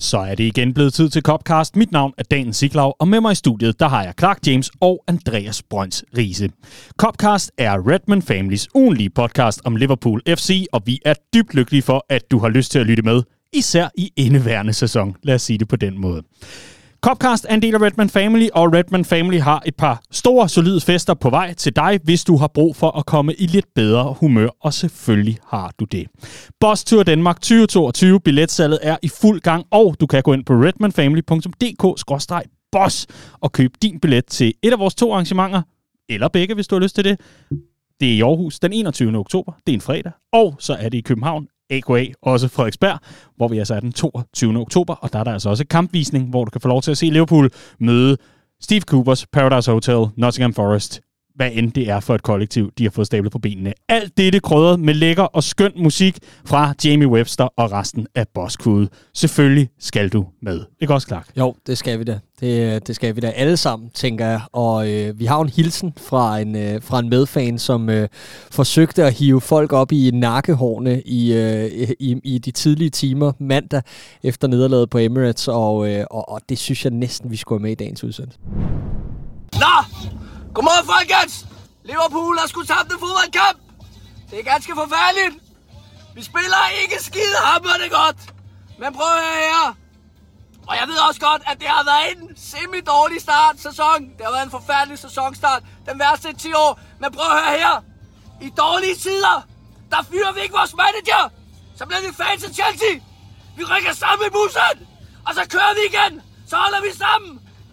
Så er det igen blevet tid til Copcast. Mit navn er Dan Siglau, og med mig i studiet, der har jeg Clark James og Andreas Brøns Riise. Copcast er Redman Families ugenlige podcast om Liverpool FC, og vi er dybt lykkelige for, at du har lyst til at lytte med, især i indeværende sæson. Lad os sige det på den måde. Copcast er en del af Redman Family, og Redman Family har et par store, solide fester på vej til dig, hvis du har brug for at komme i lidt bedre humør, og selvfølgelig har du det. Boss Tour Danmark 2022 billetsalget er i fuld gang, og du kan gå ind på redmanfamily.dk/boss og købe din billet til et af vores 2 arrangementer, eller begge, hvis du har lyst til det. Det er i Aarhus den 21. oktober, det er en fredag, og så er det i København, AKA, også Frederiksberg, hvor vi altså er den 22. oktober, og der er der altså også kampvisning, hvor du kan få lov til at se Liverpool møde Steve Coopers Paradise Hotel, Nottingham Forest, hvad end det er for et kollektiv, de har fået stablet på benene. Alt dette krydret med lækker og skøn musik fra Jamie Webster og resten af Boss Crewet. Selvfølgelig skal du med. Ikke også, Clark? Jo, det skal vi da. Det skal vi da alle sammen, tænker jeg. Og vi har en hilsen fra en medfan, som forsøgte at hive folk op i nakkehårene i de tidlige timer mandag efter nederlaget på Emirates, og det synes jeg næsten, vi skulle have med i dagens udsendelse. Nå! Godmorgen, folkens! Liverpool har sgu tabt en fodboldkamp. Det er ganske forfærdeligt. Vi spiller ikke skide hamrende godt. Men prøv at høre her. Og jeg ved også godt, at det har været en semi-dårlig sæson. Det har været en forfærdelig sæsonstart. Den værste i 10 år. Men prøv at høre her. I dårlige tider, der fyrer vi ikke vores manager. Så bliver vi fans af Chelsea. Vi rykker sammen i bussen. Og så kører vi igen. Så holder vi sammen.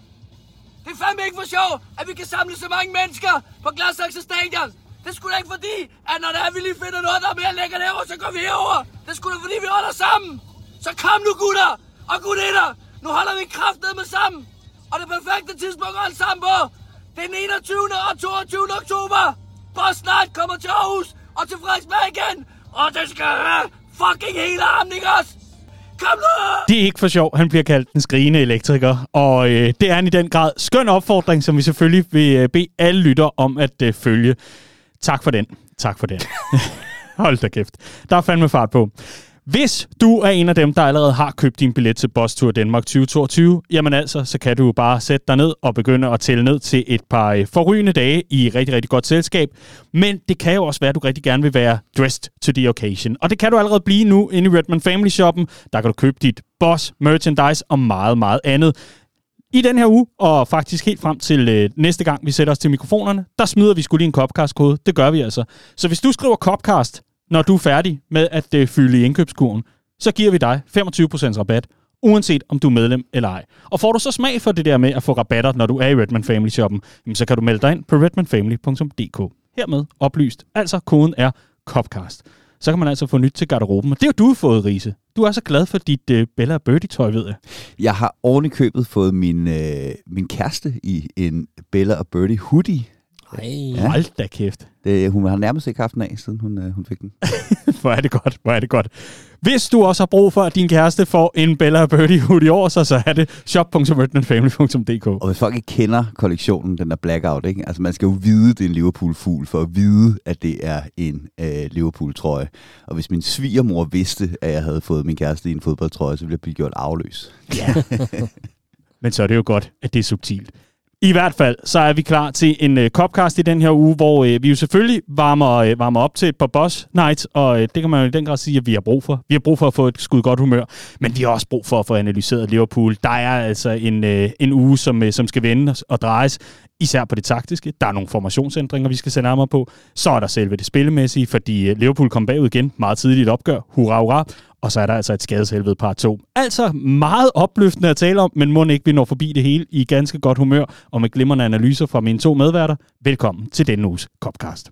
Det er fandme ikke for sjov, at vi kan samle så mange mennesker på Gladsaxe Stadion. Det er sgu da ikke fordi, at når vi lige finder noget, der er mere lækkert herovre, så går vi herover. Det er sgu da fordi, vi holder sammen. Så kom nu, gutter og gutinder. Nu holder vi kraftedeme sammen. Og det perfekte tidspunkt at holde sammen på. Det er den 21. og 22. oktober. Boss snart kommer til Aarhus og til Frederiksberg igen. Og det skal have fucking hele armen, ikke også? Det er ikke for sjov. Han bliver kaldt den skrigende elektriker, og det er en i den grad skøn opfordring, som vi selvfølgelig vil bede alle lyttere om at følge. Tak for den. Tak for den. Hold da kæft. Der er fandme fart på. Hvis du er en af dem, der allerede har købt din billet til Boss Tour Danmark 2022, jamen altså, så kan du bare sætte dig ned og begynde at tælle ned til et par forrygende dage i rigtig, rigtig godt selskab. Men det kan jo også være, at du rigtig gerne vil være dressed to the occasion. Og det kan du allerede blive nu inde i Redman Family Shoppen. Der kan du købe dit Boss merchandise og meget, meget andet. I den her uge, og faktisk helt frem til næste gang, vi sætter os til mikrofonerne, der smider vi sgu lige en Copcast-kode. Det gør vi altså. Så hvis du skriver Copcast, når du er færdig med at fylde i indkøbskurven, så giver vi dig 25% rabat, uanset om du er medlem eller ej. Og får du så smag for det der med at få rabatter, når du er i Redman Family Shoppen, så kan du melde dig ind på redmanfamily.dk. Hermed oplyst. Altså, koden er Copcast. Så kan man altså få nyt til garderoben. Og det har du fået, Riise. Du er så glad for dit Bella Birdie-tøj, ved jeg. Jeg har ovenikøbet fået min kæreste i en Bella Birdie hoodie. Ja. Hold da kæft. Hun har nærmest ikke haft den af, siden hun fik den. Hvor er det godt, hvor er det godt. Hvis du også har brug for, at din kæreste får en Bella Birdie hoodie over sig, så er det shop.redmanfamily.dk. Og hvis folk ikke kender kollektionen, den der Blackout, ikke? Altså man skal jo vide, det er en Liverpool-fugl, for at vide, at det er en Liverpool-trøje. Og hvis min svigermor vidste, at jeg havde fået min kæreste i en fodboldtrøje, så ville jeg blive gjort afløs. Ja. Men så er det jo godt, at det er subtilt. I hvert fald, så er vi klar til en Copcast i den her uge, hvor vi jo selvfølgelig varmer op til et par Boss Nights, og det kan man jo i den grad sige, at vi har brug for. Vi har brug for at få et skud godt humør, men vi har også brug for at få analyseret Liverpool. Der er altså en uge, som skal vende og drejes, især på det taktiske. Der er nogle formationsændringer, vi skal se nærmere på. Så er der selve det spillemæssige, fordi Liverpool kom bagud igen meget tidligt opgør. Hurra, hurra. Og så er der altså et skadeshelvede par 2. Altså meget opløftende at tale om, men må ikke vi når forbi det hele i ganske godt humør og med glimrende analyser fra mine 2 medværter. Velkommen til denne uges Copcast.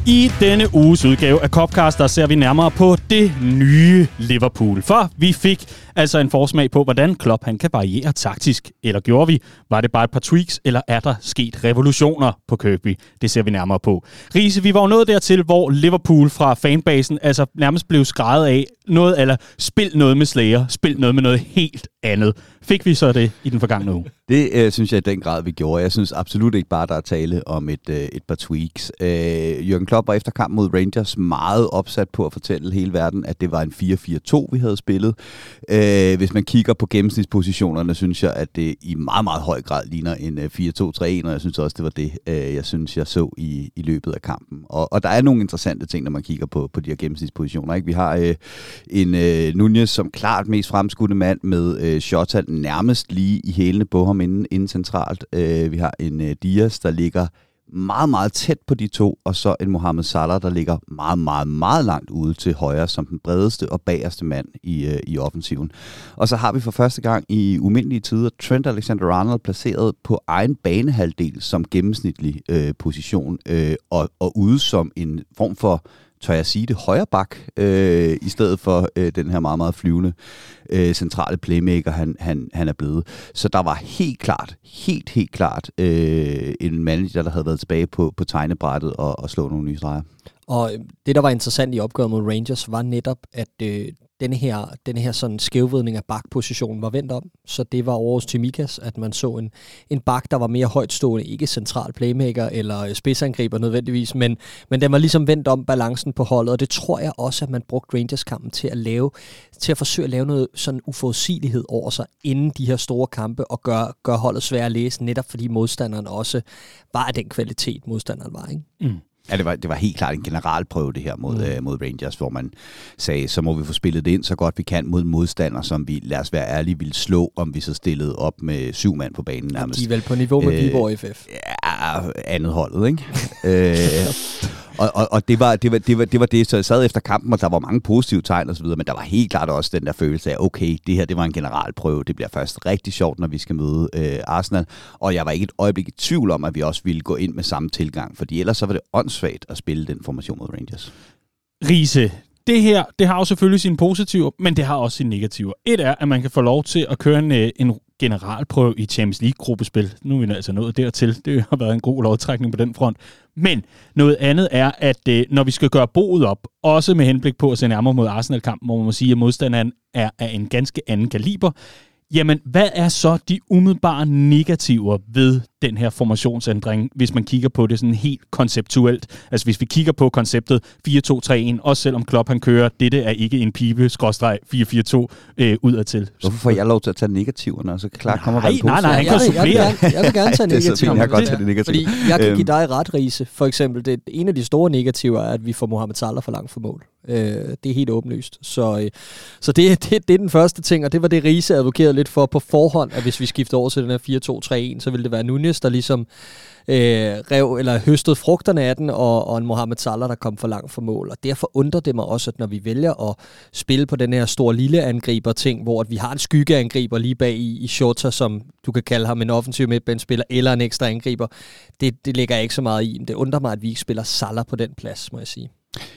I denne uges udgave af Copcast, der ser vi nærmere på det nye Liverpool. For vi fik altså en forsmag på, hvordan Klopp han kan variere taktisk. Eller gjorde vi? Var det bare et par tweaks, eller er der sket revolutioner på Kirkby? Det ser vi nærmere på. Riese, vi var jo nået dertil, hvor Liverpool fra fanbasen altså nærmest blev skreget af noget, eller spil noget med Slayer, spil noget med noget helt andet. Fik vi så det i den forgangne uge? Det synes jeg i den grad, vi gjorde. Jeg synes absolut ikke bare, der er tale om et par tweaks. Jürgen Klopp var efter kampen mod Rangers meget opsat på at fortælle hele verden, at det var en 4-4-2, vi havde spillet. Hvis man kigger på gennemsnitspositionerne, synes jeg, at det i meget, meget høj grad ligner en 4-2-3-1, og jeg synes også, det var det, jeg synes, jeg så i løbet af kampen. Og der er nogle interessante ting, når man kigger på de her gennemsnitspositioner. Ikke? Vi har en Nunez som klart mest fremskudte mand med Jota nærmest lige i hælene på ham inden centralt. Vi har en Diaz, der ligger meget, meget tæt på de to, og så en Mohamed Salah, der ligger meget, meget, meget langt ude til højre, som den bredeste og bagerste mand i offensiven. Og så har vi for første gang i umindelige tider Trent Alexander-Arnold placeret på egen banehalvdel som gennemsnitlig position, og ude som en form for, tør jeg sige det, højre bak, i stedet for den her meget, meget flyvende centrale playmaker, han er blevet. Så der var helt klart en manager, der havde været tilbage på tegnebrættet og slå nogle nye streger. Og det, der var interessant i opgøret mod Rangers, var netop, at denne her sådan skævvridning af bakpositionen var vendt om. Så det var over hos Tsimikas, at man så en bak, der var mere højtstående, ikke central playmaker eller spidsangriber nødvendigvis, men den var ligesom vendt om balancen på holdet, og det tror jeg også, at man brugte Rangers-kampen til at forsøge at lave noget sådan uforudsigelighed over sig inden de her store kampe, og gøre holdet svært at læse, netop fordi modstanderen også var af den kvalitet, modstanderen var, ikke? Mm. Ja, det var helt klart en generalprøve, det her mod Rangers, hvor man sagde, så må vi få spillet det ind så godt vi kan mod en modstander, som vi, lad os være ærlige, ville slå, om vi så stillede op med 7 mand på banen nærmest. De er vel på niveau med Viborg FF. Ja, andet holdet, ikke? Og det var det, så jeg sad efter kampen, og der var mange positive tegn og så videre, men der var helt klart også den der følelse af, okay, det her, det var en generalprøve, det bliver først rigtig sjovt, når vi skal møde Arsenal, og jeg var ikke et øjeblik i tvivl om, at vi også ville gå ind med samme tilgang, fordi ellers så var det åndssvagt at spille den formation mod Rangers. Riese, det her, det har jo selvfølgelig sine positiver, men det har også sine negativer. Et er, at man kan få lov til at køre en generalprøve i Champions League-gruppespil. Nu er vi altså nået dertil. Det har været en god lovtrækning på den front. Men noget andet er, at når vi skal gøre boet op, også med henblik på at se nærmere mod Arsenal-kampen, hvor man må sige, at modstanderen er af en ganske anden kaliber, jamen, hvad er så de umiddelbare negativer ved den her formationsændring, hvis man kigger på det sådan helt konceptuelt? Altså, hvis vi kigger på konceptet 4-2-3-1, også selvom Klopp han kører, dette er ikke en pibe, skråstreg 4-4-2 udadtil. Hvorfor får jeg lov til at tage negativerne, og så klart kommer der Nej, han kan supplere. Jeg vil gerne tage negativerne. Jeg kan godt tage det negative. Fordi jeg kan give dig ret, Riese. For eksempel, det en af de store negativer er, at vi får Mohamed Salah for langt for mål. Det er helt åbenlyst. Så det er den første ting, og det var det, Riese advokerede lidt for på forhånd, at hvis vi skifter over til den her 4-2-3-1, så ville det være Nunez, der ligesom rev eller høstede frugterne af den, og en Mohamed Salah, der kom for langt for mål. Og derfor undrer det mig også, at når vi vælger at spille på den her store lille angriber-ting, hvor at vi har en skyggeangriber lige bag i Jota, som du kan kalde ham en offensiv midtbanespiller, eller en ekstra angriber, det lægger jeg ikke så meget i. Men det undrer mig, at vi ikke spiller Salah på den plads, må jeg sige.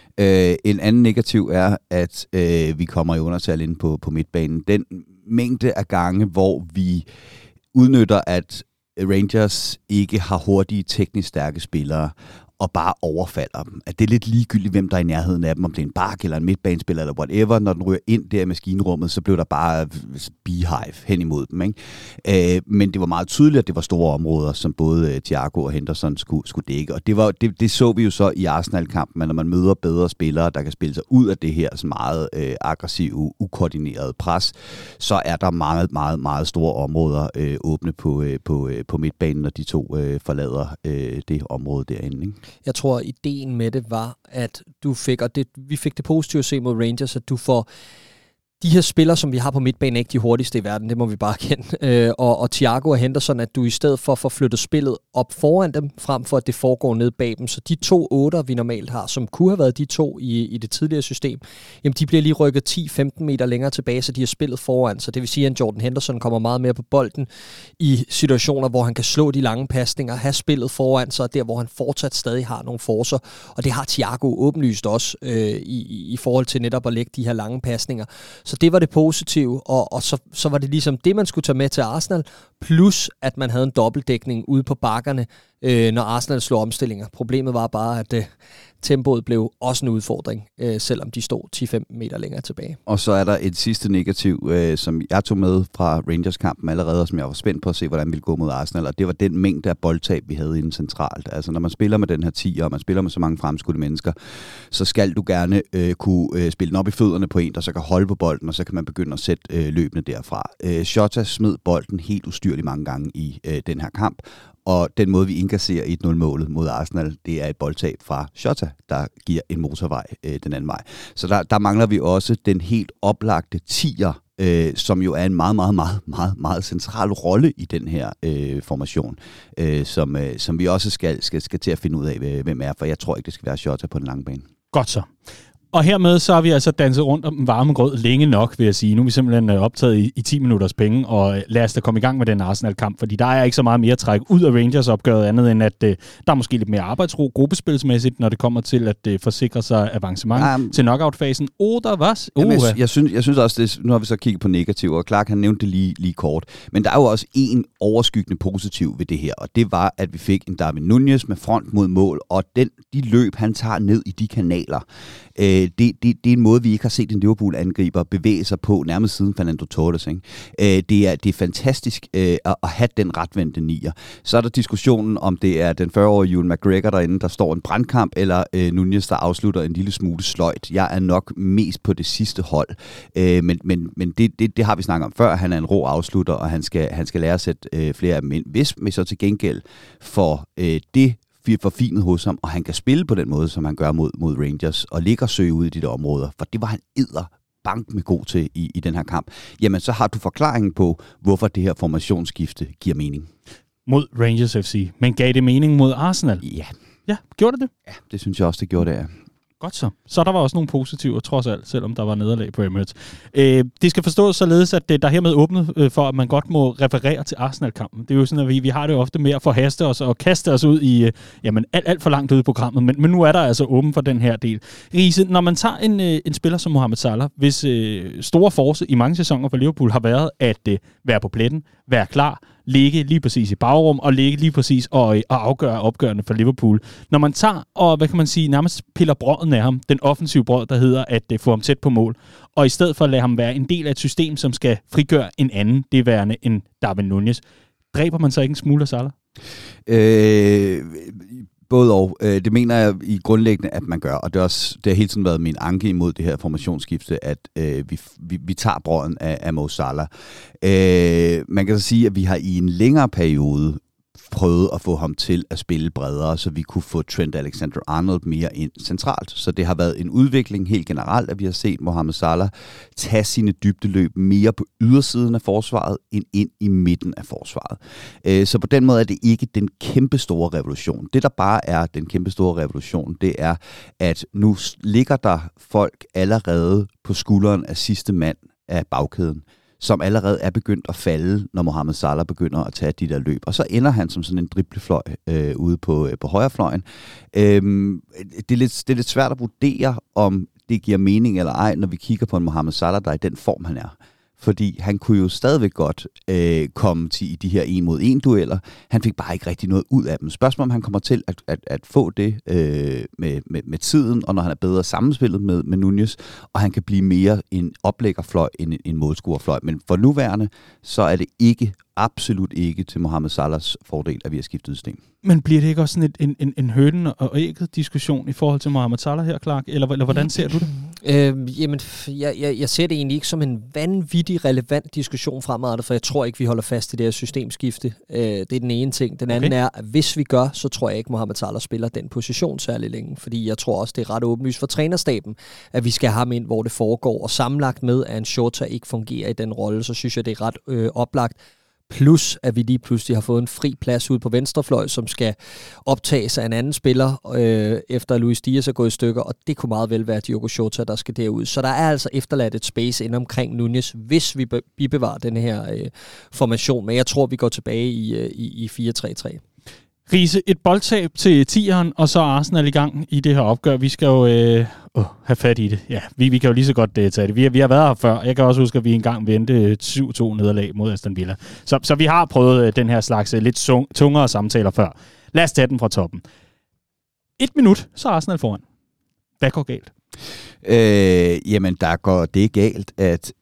En anden negativ er, at vi kommer i undertal inde på midtbanen. Den mængde af gange, hvor vi udnytter, at Rangers ikke har hurtige, teknisk stærke spillere, og bare overfalder dem. At det er lidt ligegyldigt, hvem der er i nærheden af dem, om det er en bak eller en midtbanespiller eller whatever. Når den ryger ind der i maskinrummet, så blev der bare beehive hen imod dem. Ikke? Men det var meget tydeligt, at det var store områder, som både Thiago og Henderson skulle dække. Og det så vi jo så i Arsenal-kampen, at når man møder bedre spillere, der kan spille sig ud af det her så meget aggressive, ukoordinerede pres, så er der meget, meget, meget store områder åbne på midtbanen, når de to forlader det område derinde. Ikke? Jeg tror, at ideen med det var, at du fik, og vi fik det positive at se mod Rangers, at du får de her spillere, som vi har på midtbanen, er ikke de hurtigste i verden, det må vi bare kende. Og Thiago og Henderson, at du i stedet for at få flyttet spillet op foran dem, frem for at det foregår ned bag dem. Så de 2 8'er, vi normalt har, som kunne have været de 2 i det tidligere system, jamen de bliver lige rykket 10-15 meter længere tilbage, så de har spillet foran. Så det vil sige, at Jordan Henderson kommer meget mere på bolden i situationer, hvor han kan slå de lange pasninger, have spillet foran sig, der hvor han fortsat stadig har nogle forcer. Og det har Thiago åbenlyst også i forhold til netop at lægge de her lange pasninger. Så det var det positive, og så var det ligesom det, man skulle tage med til Arsenal, plus at man havde en dobbeltdækning ude på bakkerne, når Arsenal slog omstillinger. Problemet var bare, at tempoet blev også en udfordring, selvom de stod 10-15 meter længere tilbage. Og så er der et sidste negativ, som jeg tog med fra Rangers-kampen allerede, og som jeg var spændt på at se, hvordan det ville gå mod Arsenal, og det var den mængde af boldtab, vi havde inde centralt. Altså når man spiller med den her 10'er, og man spiller med så mange fremskudte mennesker, så skal du gerne kunne spille den op i fødderne på en, der så kan holde på bolden, og så kan man begynde at sætte løbende derfra. Jota smed bolden helt ustyrligt mange gange i den her kamp, og den måde, vi indkasserer 1-0-målet mod Arsenal, det er et boldtab fra Jota, der giver en motorvej den anden vej. Så der mangler vi også den helt oplagte 10'er, som jo er en meget, meget, meget, meget, meget central rolle i den her formation, som vi også skal til at finde ud af, hvem er, for jeg tror ikke, det skal være Jota på den lange bane. Godt så. Og hermed så har vi altså danset rundt om den varme grød længe nok, vil jeg sige. Nu er vi simpelthen optaget i 10 minutters penge, og lad os da komme i gang med den Arsenal-kamp, fordi der er ikke så meget mere at trække ud af Rangers-opgøret, andet end at der er måske lidt mere arbejdsro gruppespilsmæssigt, når det kommer til at forsikre sig avancement til knockout-fasen. Der var... Jeg synes også, nu har vi så kigget på negativ, og Clark han nævnte det lige kort, men der er jo også en overskyggende positiv ved det her, og det var, at vi fik en Darwin Núñez med front mod mål, og de løb, han tager ned i de kanaler, det er en måde, vi ikke har set en Liverpool-angriber bevæge sig på, nærmest siden Fernando Torres. Ikke? Det er fantastisk at have den retvendte nier. Så er der diskussionen, om det er den 40-årige Ewan McGregor derinde, der står en brandkamp, eller Núñez, der afslutter en lille smule sløjt. Jeg er nok mest på det sidste hold, men det har vi snakket om før. Han er en rå afslutter, og han skal lære at sætte flere af dem ind. Hvis vi så til gengæld for det forfinet hos ham, og han kan spille på den måde, som han gør mod Rangers, og ligger og søge ud i de der områder, for det var han bank med god til i den her kamp, jamen så har du forklaringen på, hvorfor det her formationsskifte giver mening. Mod Rangers FC, men gav det mening mod Arsenal? Ja. Ja, gjorde det det? Ja, det synes jeg også, det gjorde det, ja. Godt så. Så der var også nogle positiver, trods alt, selvom der var nederlag på Emirates. Det skal forstås således, at der hermed åbnet for, at man godt må referere til Arsenal-kampen. Det er jo sådan, at vi har det jo ofte med at forhaste os og kaste os ud i alt for langt ud i programmet, men nu er der altså åben for den her del. Riese, når man tager en spiller som Mohamed Salah, hvis store force i mange sæsoner for Liverpool har været at være på pletten, være klar, ligge lige præcis i bagrum og ligge lige præcis og afgøre opgørende for Liverpool. Når man tager og, hvad kan man sige, nærmest piller brøden af ham, den offensive brød, der hedder at få ham tæt på mål, og i stedet for at lade ham være en del af et system, som skal frigøre en anden, det værende en Darwin Núñez, dræber man så ikke en smule af Salah? Både og. Det mener jeg i grundlæggende, at man gør, og det har hele tiden været min anke imod det her formationsskifte, at vi tager brøden af Mo Salah. Man kan så sige, at vi har i en længere periode prøvet at få ham til at spille bredere, så vi kunne få Trent Alexander-Arnold mere ind centralt. Så det har været en udvikling helt generelt, at vi har set Mohamed Salah tage sine dybdeløb mere på ydersiden af forsvaret, end ind i midten af forsvaret. Så på den måde er det ikke den kæmpe store revolution. Det, der bare er den kæmpe store revolution, det er, at nu ligger der folk allerede på skulderen af sidste mand af bagkæden, som allerede er begyndt at falde, når Mohamed Salah begynder at tage de der løb. Og så ender han som sådan en driblefløj ude på højrefløjen. Det er lidt svært at vurdere, om det giver mening eller ej, når vi kigger på en Mohamed Salah, der er i den form, han er. Fordi han kunne jo stadigvæk godt komme til de her 1-mod-1-dueller. Han fik bare ikke rigtig noget ud af dem. Spørgsmålet om han kommer til at få det med tiden, og når han er bedre sammenspillet med Núñez, og han kan blive mere en oplæggerfløj end en målscorerfløj. Men for nuværende, så er det absolut ikke til Mohamed Salahs fordel, at vi har skiftet system. Men bliver det ikke også sådan en hønen og ægget diskussion i forhold til Mohamed Salah her, Clark? Eller hvordan ser du det? Jeg ser det egentlig ikke som en vanvittig relevant diskussion fremadrettet, for jeg tror ikke, vi holder fast i det her systemskifte. Det er den ene ting. Den anden er, at hvis vi gør, så tror jeg ikke, Mohamed Salah spiller den position særlig længe, fordi jeg tror også, det er ret åbenlyst for trænerstaben, at vi skal have ham ind, hvor det foregår, og sammenlagt med, at en Shota ikke fungerer i den rolle, så synes jeg, det er ret oplagt. Plus, at vi lige pludselig har fået en fri plads ud på venstrefløj, som skal optages af en anden spiller, efter Luis Diaz er gået i stykker, og det kunne meget vel være Diogo Jota, der skal derud. Så der er altså efterladt et space inde omkring Nunez, hvis vi bibevarer den her formation. Men jeg tror, vi går tilbage i 4-3-3. Riese, et boldtab til 10'eren, og så er Arsenal i gang i det her opgør. Vi skal jo have fat i det. Ja, vi kan jo lige så godt tage det. Vi har været her før. Jeg kan også huske, at vi engang vendte 7-2 nederlag mod Aston Villa. Så vi har prøvet den her slags lidt tungere samtaler før. Lad os tage den fra toppen. 1 minut, så er Arsenal foran. Hvad går galt? Jamen, der går det galt, at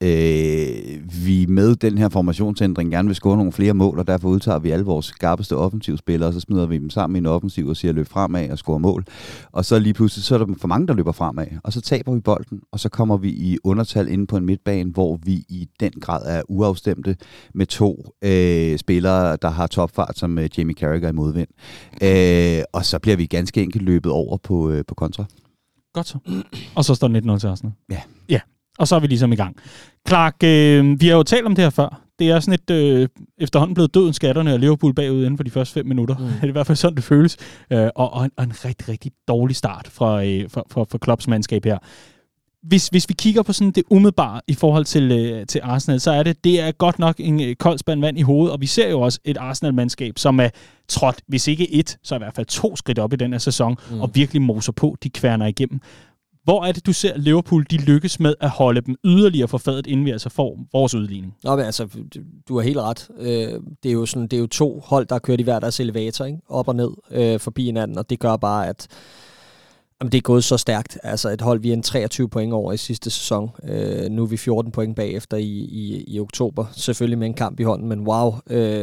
vi med den her formationsændring gerne vil score nogle flere mål, og derfor udtager vi alle vores skarpeste offensivspillere, og så smider vi dem sammen i en offensiv og siger løb fremad og score mål. Og så lige pludselig, så er der for mange, der løber fremad, og så taber vi bolden, og så kommer vi i undertal inde på en midtbane, hvor vi i den grad er uafstemte med 2 spillere, der har topfart, som Jamie Carragher i modvind. Og så bliver vi ganske enkelt løbet over på kontra. Godt så. Og så står 19-0 til Arsenal. Ja. Og så er vi ligesom i gang. Clark, vi har jo talt om det her før. Det er sådan et efterhånden blevet døden skatterne og Liverpool bagud inden for de første 5 minutter. Det er i hvert fald sådan, det føles. Og en rigtig, rigtig dårlig start fra Klopps mandskab her. Hvis vi kigger på sådan det umiddelbare i forhold til Arsenal, så er det er godt nok en kold spand vand i hovedet, og vi ser jo også et Arsenal-mandskab, som er trådt, hvis ikke 1, så i hvert fald 2 skridt op i den her sæson, og virkelig moser på, de kværner igennem. Hvor er det, du ser Liverpool, de lykkes med at holde dem yderligere for fadet, inden vi altså får vores udligning? Nå, men altså, du har helt ret. Det er jo 2 hold, der har kørt i hver deres elevator, ikke? Op og ned forbi hinanden, og det gør bare, at det er gået så stærkt. Altså et hold, vi er en 23 point over i sidste sæson. Nu er vi 14 point bagefter i oktober. Selvfølgelig med en kamp i hånden, men wow.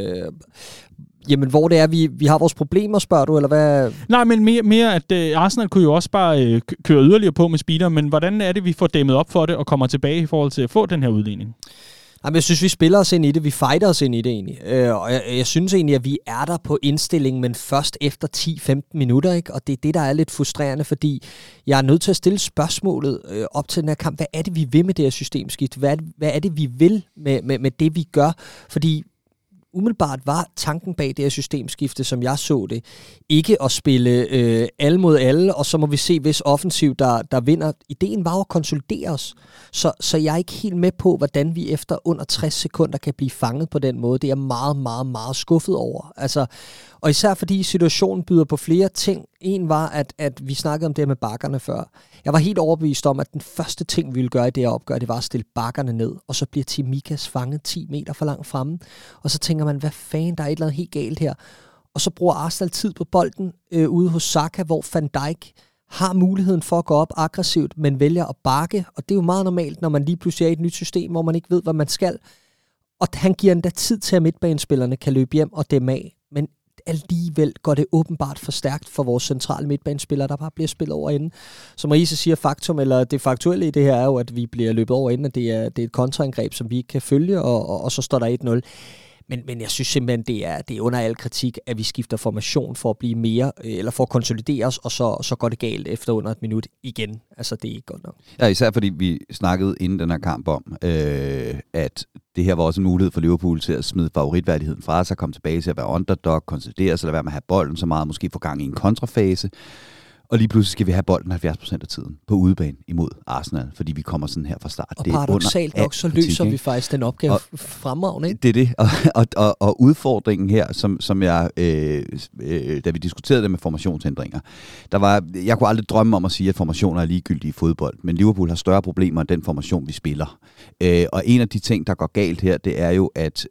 Jamen, hvor det er, vi har vores problemer, spørger du, eller hvad? Nej, men mere at Arsenal kunne jo også bare køre yderligere på med speeder, men hvordan er det, vi får dæmmet op for det og kommer tilbage i forhold til at få den her udligning? Jamen, jeg synes, vi spiller os ind i det. Vi fighter os ind i det egentlig. Og jeg synes egentlig, at vi er der på indstillingen, men først efter 10-15 minutter, ikke? Og det er det, der er lidt frustrerende, fordi jeg er nødt til at stille spørgsmålet op til den her kamp. Hvad er det, vi vil med det her systemskift? Hvad er det, vi vil med det, vi gør? Fordi umiddelbart var tanken bag det her systemskifte, som jeg så det, ikke at spille alle mod alle, og så må vi se, hvis offensiv, der vinder. Ideen var at konsolidere os. Så jeg er ikke helt med på, hvordan vi efter under 60 sekunder kan blive fanget på den måde. Det er jeg meget, meget, meget skuffet over. Altså, og især fordi situationen byder på flere ting. En var, at vi snakkede om det med bakkerne før. Jeg var helt overbevist om, at den første ting, vi ville gøre i det her opgør, det var at stille bakkerne ned, og så bliver Tsimikas fanget 10 meter for langt fremme. Og så tænker man, hvad fanden, der er et eller andet helt galt her. Og så bruger Arsenal tid på bolden ude hos Saka, hvor Van Dijk har muligheden for at gå op aggressivt, men vælger at bakke. Og det er jo meget normalt, når man lige pludselig er i et nyt system, hvor man ikke ved, hvad man skal. Og han giver endda tid til, at midtbanespillerne kan løbe hjem og dæmme af. Men alligevel går det åbenbart for stærkt for vores centrale midtbanespillere, der bare bliver spillet over enden. Som Riese siger, faktum, eller det faktuelle i det her er jo, at vi bliver løbet over enden, og det er et kontraangreb, som vi ikke kan følge, og så står der 1-0. Men jeg synes simpelthen, det er under al kritik, at vi skifter formation for at blive mere, eller for at konsolidere os, og så går det galt efter under et minut igen. Altså, det er ikke godt nok. Ja, især fordi vi snakkede inden den her kamp om, at det her var også en mulighed for Liverpool til at smide favoritværdigheden fra sig, komme tilbage til at være underdog, konsolidere sig, eller være med at have bolden så meget, måske få gang i en kontrafase. Og lige pludselig skal vi have bolden 70% af tiden på udebane imod Arsenal, fordi vi kommer sådan her fra start. Og paradoksalt nok, så løser vi faktisk den opgave fremragende. Det er det. Og udfordringen her, som jeg, da vi diskuterede det med formationsændringer, jeg kunne aldrig drømme om at sige, at formationer er ligegyldige i fodbold, men Liverpool har større problemer end den formation, vi spiller. Og en af de ting, der går galt her, det er jo, at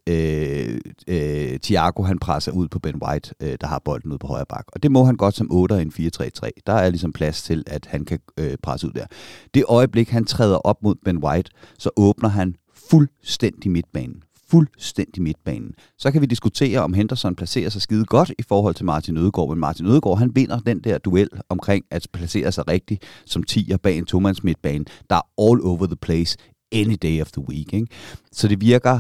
Thiago, han presser ud på Ben White, der har bolden ud på højre bak. Og det må han godt som 8'er i en 4-3-3. Der er ligesom plads til, at han kan presse ud der. Det øjeblik, han træder op mod Ben White, så åbner han fuldstændig midtbanen. fuldstændig midtbanen. Så kan vi diskutere, om Henderson placerer sig skide godt i forhold til Martin Ødegaard, men Martin Ødegaard, han vinder den der duel omkring at placere sig rigtigt som 10'er bag en tomands midtbane, der er all over the place any day of the week. Ikke? Så det virker...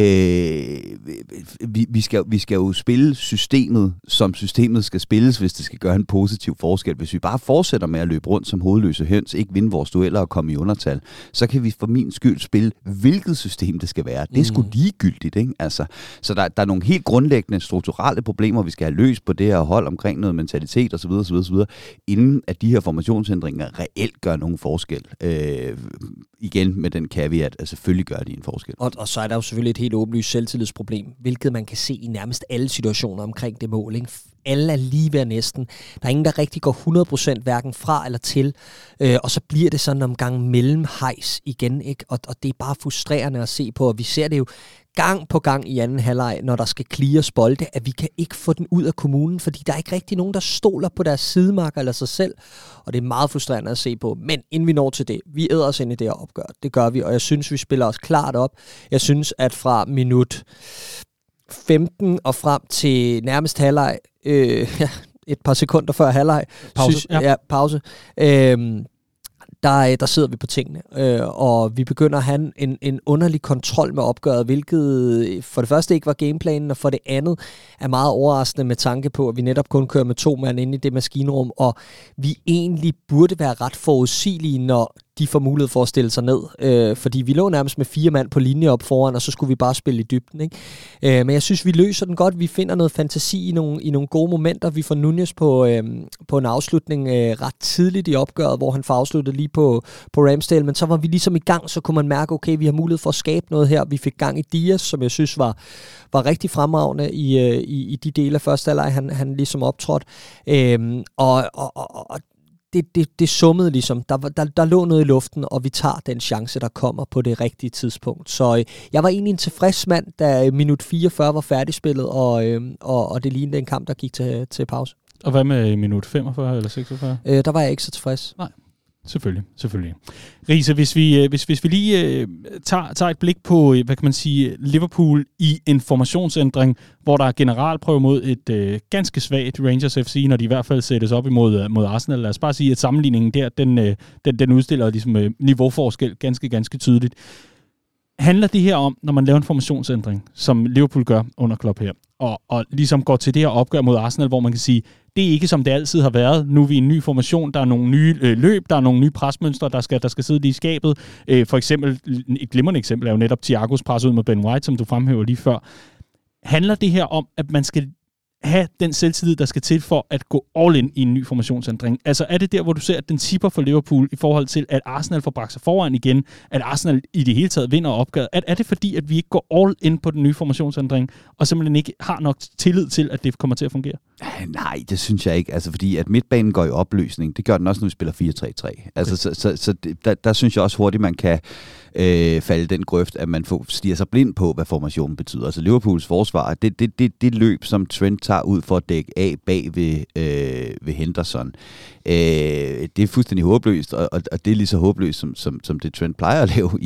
Vi skal jo spille systemet, som systemet skal spilles, hvis det skal gøre en positiv forskel. Hvis vi bare fortsætter med at løbe rundt som hovedløse høns, ikke vinde vores dueller og komme i undertal, så kan vi for min skyld spille, hvilket system det skal være. Det er sgu ligegyldigt, ikke? Altså, så der er nogle helt grundlæggende strukturelle problemer, vi skal have løst på det her hold omkring noget mentalitet osv., inden at de her formationsændringer reelt gør nogen forskel. Igen med den caveat, at selvfølgelig gør de en forskel. Og så er der jo selvfølgelig et helt åbenlyst selvtillidsproblem, hvilket man kan se i nærmest alle situationer omkring det mål. Ikke? Alle er lige ved næsten. Der er ingen, der rigtig går 100% hverken fra eller til. Og så bliver det sådan en omgang mellemhejs igen. Ikke? Og det er bare frustrerende at se på. Og vi ser det jo gang på gang i anden halvleg, når der skal clears bolde, at vi kan ikke få den ud af kommunen, fordi der er ikke rigtig nogen, der stoler på deres sidemarker eller sig selv. Og det er meget frustrerende at se på. Men inden vi når til det, vi æder os ind i det her opgør. Det gør vi, og jeg synes, vi spiller os klart op. Jeg synes, at fra minut 15 og frem til nærmest halvleg, et par sekunder før halvleg, pause. Der sidder vi på tingene, og vi begynder at have en underlig kontrol med opgøret, hvilket for det første ikke var gameplanen, og for det andet er meget overraskende med tanke på, at vi netop kun kører med 2 mand inde i det maskinrum, og vi egentlig burde være ret forudsigelige, når de får mulighed for at stille sig ned. Fordi vi lå nærmest med 4 mand på linje op foran, og så skulle vi bare spille i dybden. Ikke? Men jeg synes, vi løser den godt. Vi finder noget fantasi i nogle gode momenter. Vi får Nunez på en afslutning ret tidligt i opgøret, hvor han får afsluttet lige på Ramsdale. Men så var vi ligesom i gang, så kunne man mærke, okay, vi har mulighed for at skabe noget her. Vi fik gang i Diaz, som jeg synes var rigtig fremragende i de dele af første halvleg, han ligesom optrådte. Og det summede ligesom. Der lå noget i luften, og vi tager den chance, der kommer på det rigtige tidspunkt. Så jeg var egentlig en tilfreds mand, da minut 44 var færdigspillet, og det lignede en kamp, der gik til pause. Og hvad med minut 45 eller 46? Der var jeg ikke så tilfreds. Nej. Selvfølgelig. Riese, hvis vi lige tager et blik på, hvad kan man sige, Liverpool i en formationsændring, hvor der er generalprøve mod et ganske svagt Rangers FC, når de i hvert fald sættes op imod Arsenal. Lad os bare sige, at sammenligningen der, den udstiller ligesom niveauforskel ganske tydeligt. Handler det her om, når man laver en formationsændring, som Liverpool gør under Klopp her, og ligesom går til det her opgør mod Arsenal, hvor man kan sige, det er ikke som det altid har været. Nu er vi i en ny formation, der er nogle nye løb, der er nogle nye presmønstre, der skal sidde i skabet. For eksempel, et glimrende eksempel er jo netop Thiagos pres ud mod Ben White, som du fremhæver lige før. Handler det her om, at man skal have den selvtillid, der skal til for at gå all in i en ny formationsændring? Altså er det der, hvor du ser, at den tipper for Liverpool i forhold til, at Arsenal får bragt sig foran igen, at Arsenal i det hele taget vinder opgøret? Er det fordi, at vi ikke går all in på den nye formationsændring, og simpelthen ikke har nok tillid til, at det kommer til at fungere? Nej, det synes jeg ikke. Altså fordi, at midtbanen går i opløsning. Det gør den også, når vi spiller 4-3-3. Altså, okay. Så der synes jeg også hurtigt, man kan falde den grøft, at man stiger sig blind på, hvad formationen betyder. Altså Liverpools forsvar, det løb, som Trent tager ud for at dække af bag ved Henderson, det er fuldstændig håbløst, og det er lige så håbløst, som det Trent plejer at lave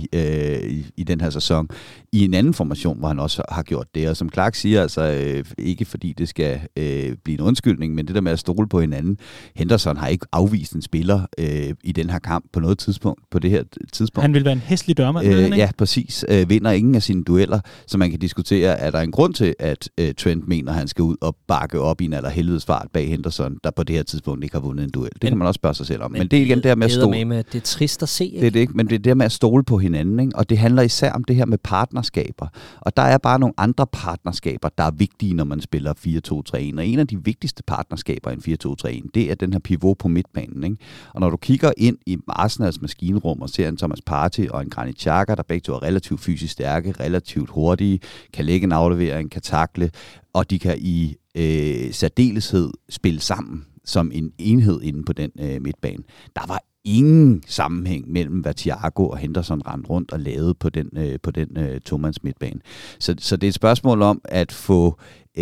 i den her sæson. I en anden formation, hvor han også har gjort det. Og som Clark siger, altså ikke fordi det skal blive en undskyldning, men det der med at stole på hinanden. Henderson har ikke afvist en spiller i den her kamp på noget tidspunkt, på det her tidspunkt. Han vil være en hæslig dørmand. Ja, præcis. Vinder ingen af sine dueller, så man kan diskutere, er der en grund til, at Trent mener, at han skal ud og bakke op i en allerhelvedes fart bag Henderson, der på det her tidspunkt ikke har vundet en duel. Det kan man også spørge sig selv om. Men det er igen det her med at stole. Det er trist at se, ikke? Det er det ikke, men det er det her med at stole på hinanden, ikke? Og det handler især om det her med partnerskaber. Og der er bare nogle andre partnerskaber, der er vigtige, når man spiller 4-2-3-1. Og en af de vigtigste partnerskaber i en 4-2-3-1, det er den her pivot på midtbanen, ikke? Og når du kigger ind i Arsenals maskinrum og ser en Thomas Partey og en Granit Xhaka, der begge to er relativt fysisk stærke, relativt hurtige, kan lægge en aflevering, kan takle, og de kan i særdeleshed spille sammen som en enhed inde på den midtbane. Der var ingen sammenhæng mellem, hvad Thiago og Henderson rendte rundt og lavede på den tomands midtbane. Så det er et spørgsmål om at få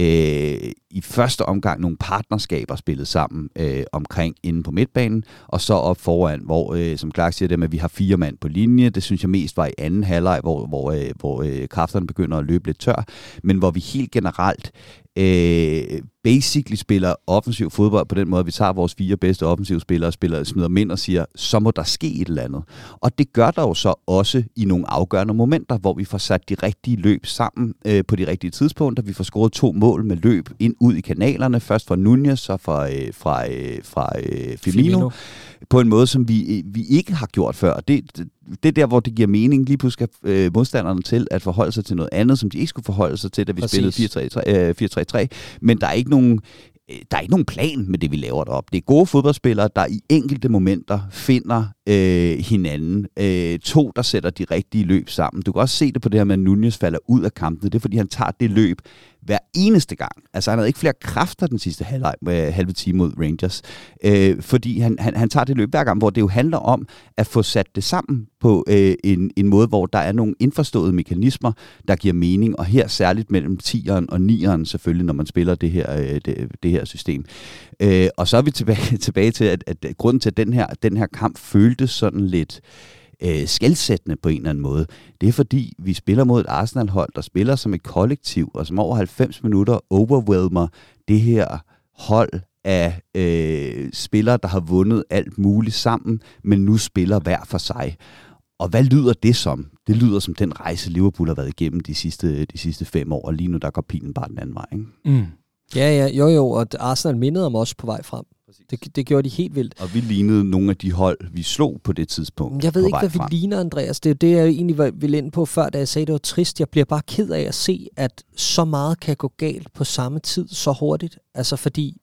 i første omgang nogle partnerskaber spillet sammen omkring inde på midtbanen, og så op foran, hvor, som Clark siger, at vi har 4 mand på linje. Det synes jeg mest var i anden halvleg, hvor kræfterne begynder at løbe lidt tør, men hvor vi helt generelt basically spiller offensiv fodbold på den måde, at vi tager vores 4 bedste offensive spillere, smider dem ind og siger, så må der ske et eller andet. Og det gør der jo så også i nogle afgørende momenter, hvor vi får sat de rigtige løb sammen på de rigtige tidspunkter. Vi får scoret 2 mål med løb ind ud i kanalerne, først fra Nunez og fra Firmino, på en måde, som vi ikke har gjort før. Det er der, hvor det giver mening. Lige pludselig skal modstanderne til at forholde sig til noget andet, som de ikke skulle forholde sig til, da vi spillede 4-3-3. Men der er ikke nogen plan med det, vi laver derop. Det er gode fodboldspillere, der i enkelte momenter finder hinanden. 2, der sætter de rigtige løb sammen. Du kan også se det på det her med, at Nunez falder ud af kampene. Det er, fordi han tager det løb hver eneste gang. Altså, han havde ikke flere kræfter den sidste halve time mod Rangers. Fordi han tager det løb hver gang, hvor det jo handler om at få sat det sammen på en måde, hvor der er nogle indforståede mekanismer, der giver mening, og her særligt mellem 10'eren og 9'eren selvfølgelig, når man spiller det her system. Og så er vi tilbage til, at grunden til, at den her kamp føltes sådan lidt skelsættende på en eller anden måde. Det er fordi, vi spiller mod et Arsenal-hold, der spiller som et kollektiv, og som over 90 minutter overwhelmer det her hold af spillere, der har vundet alt muligt sammen, men nu spiller hver for sig. Og hvad lyder det som? Det lyder som den rejse, Liverpool har været igennem de sidste 5 år, og lige nu der går pilen bare den anden vej. Ikke? Mm. Ja, og Arsenal mindede om os på vej frem. Det gjorde de helt vildt. Og vi lignede nogle af de hold, vi slog på det tidspunkt. Jeg ved ikke, hvad vi ligner, Andreas. Det er det, jeg egentlig ville ind på før, da jeg sagde, det var trist. Jeg bliver bare ked af at se, at så meget kan gå galt på samme tid så hurtigt. Altså fordi,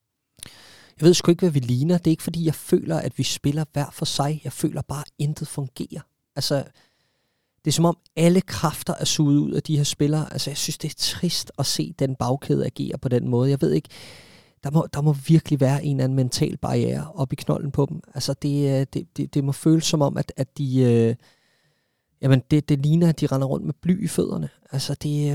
jeg ved sgu ikke, hvad vi ligner. Det er ikke fordi, jeg føler, at vi spiller hver for sig. Jeg føler bare, at intet fungerer. Altså, det er som om alle kræfter er suget ud af de her spillere. Altså, jeg synes, det er trist at se den bagkæde agere på den måde. Jeg ved ikke, der må virkelig være en eller anden mental barriere oppe i knolden på dem. Altså, det må føles som om, at de... det ligner, at de render rundt med bly i fødderne. Altså,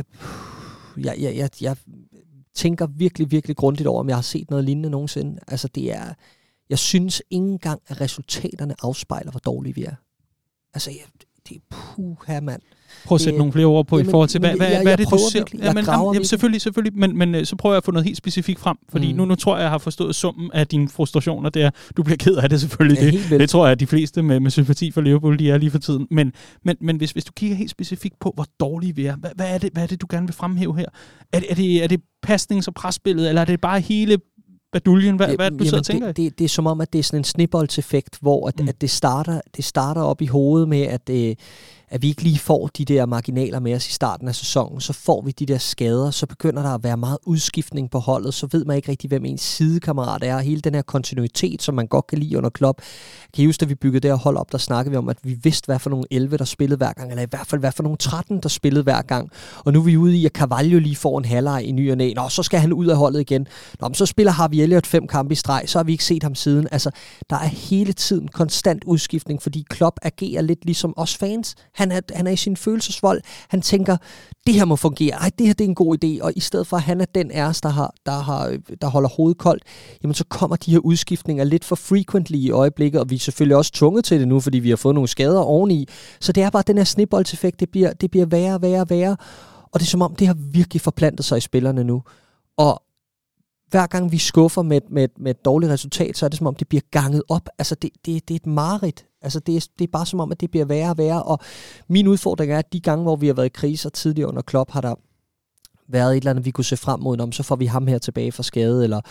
jeg tænker virkelig, virkelig grundigt over, om jeg har set noget lignende nogensinde. Altså, jeg synes ikke engang, at resultaterne afspejler, hvor dårlige vi er. Altså, det er puha, mand. Prøv at sætte nogle flere ord på i forhold til, hvad er det, du ser? Selvfølgelig, men så prøver jeg at få noget helt specifikt frem, fordi nu tror jeg har forstået summen af dine frustrationer. Det er, du bliver ked af det selvfølgelig. Det tror jeg, at de fleste med sympati for Liverpool, de er lige for tiden. Men hvis du kigger helt specifikt på, hvor dårlige vi er, hvad er det, du gerne vil fremhæve her? Er det pasnings- og presspillet, eller er det bare hele baduljen? Hvad er det, du sidder og tænker? Det er som om, at det er sådan en snibboldseffekt, hvor at det starter op i hovedet med, at vi ikke lige får de der marginaler med os i starten af sæsonen, så får vi de der skader, så begynder der at være meget udskiftning på holdet, så ved man ikke rigtig, hvem ens sidekammerat er, og hele den her kontinuitet, som man godt kan lide under Klopp. Kan I huske, da vi byggede det her hold op, der snakkede vi om, at vi vidste, hvad for nogle 11, der spillede hver gang, eller i hvert fald, hvad for nogle 13, der spillede hver gang. Og nu er vi ude i, at Carvalho lige får en halvleg i ny og næ. Nå, så skal han ud af holdet igen. Nå, men så spiller Harvey Elliott 5 kampe i streg, så har vi ikke set ham siden. Altså, der er hele tiden konstant udskiftning, fordi Klopp agerer lidt ligesom os fans. Han er i sin følelsesvold. Han tænker, det her må fungere. Ej, det her det er en god idé. Og i stedet for, at han er den af os, der holder hovedet koldt, jamen så kommer de her udskiftninger lidt for frequently i øjeblikket, og vi er selvfølgelig også tvunget til det nu, fordi vi har fået nogle skader oveni. Så det er bare den her snibboldseffekt. Det bliver værre. Og det er som om, det har virkelig forplantet sig i spillerne nu. Og hver gang vi skuffer med et dårligt resultat, så er det som om, det bliver ganget op. Altså, det er et mareridt. Altså, det er bare som om, at det bliver værre og værre. Og min udfordring er, at de gange, hvor vi har været i kriser tidligere under Klopp, har der været et eller andet, vi kunne se frem mod, om så får vi ham her tilbage fra skade, eller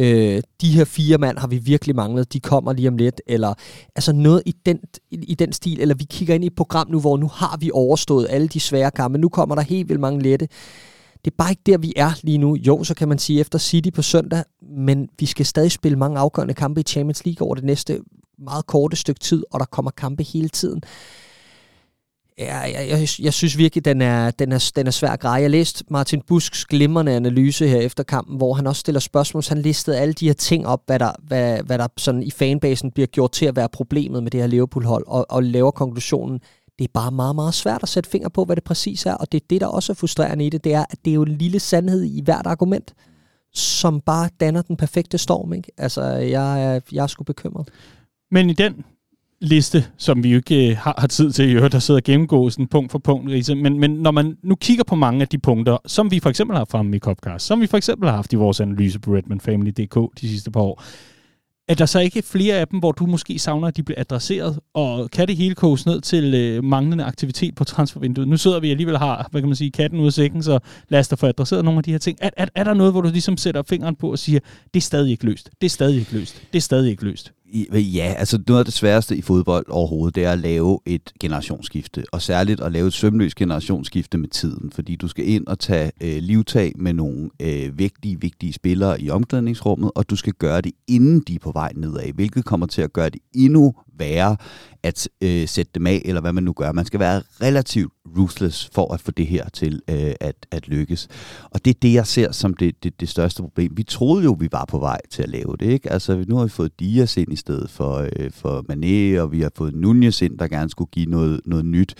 de her 4 mand har vi virkelig manglet, de kommer lige om lidt, eller altså noget i den stil, eller vi kigger ind i et program nu, hvor nu har vi overstået alle de svære kampe, nu kommer der helt vildt mange lette. Det er bare ikke der, vi er lige nu. Jo, så kan man sige efter City på søndag, men vi skal stadig spille mange afgørende kampe i Champions League over det næste meget korte stykke tid, og der kommer kampe hele tiden. Jeg synes virkelig, den er svær at greje. Jeg læste Martin Busks glimrende analyse her efter kampen, hvor han også stiller spørgsmål. Han listede alle de her ting op, hvad der sådan i fanbasen bliver gjort til at være problemet med det her Liverpool-hold, og laver konklusionen. Det er bare meget, meget svært at sætte finger på, hvad det præcis er, og det er det, der også er frustrerende i det, det er, at det er jo en lille sandhed i hvert argument, som bare danner den perfekte storm, ikke? Altså, jeg er sgu bekymret. Men i den liste, som vi jo ikke har tid til at gøre, der sidder og gennemgå sådan punkt for punkt, Riese. Men når man nu kigger på mange af de punkter, som vi for eksempel har fremme i Copcast, som vi for eksempel har haft i vores analyse på redmanfamily.dk de sidste par år, er der så ikke flere af dem, hvor du måske savner, at de bliver adresseret, og kan det hele koges ned til manglende aktivitet på transfervinduet? Nu sidder vi alligevel og har, hvad kan man sige, katten ud af sækken, så lad os da få adresseret nogle af de her ting. Er der noget, hvor du ligesom sætter fingeren på og siger, det er stadig ikke løst, det er stadig ikke løst, det er stadig ikke løst? Ja, altså noget af det sværeste i fodbold overhovedet, det er at lave et generationsskifte, og særligt at lave et sømløst generationsskifte med tiden, fordi du skal ind og tage livtag med nogle vigtige spillere i omklædningsrummet, og du skal gøre det, inden de er på vej nedad, hvilket kommer til at gøre det endnu værre at sætte dem af, eller hvad man nu gør. Man skal være relativt ruthless for at få det her til at lykkes. Og det er det, jeg ser som det største problem. Vi troede jo, vi var på vej til at lave det, ikke? Altså, nu har vi fået Dias ind i stedet for Mané, og vi har fået Nunez ind, der gerne skulle give noget nyt.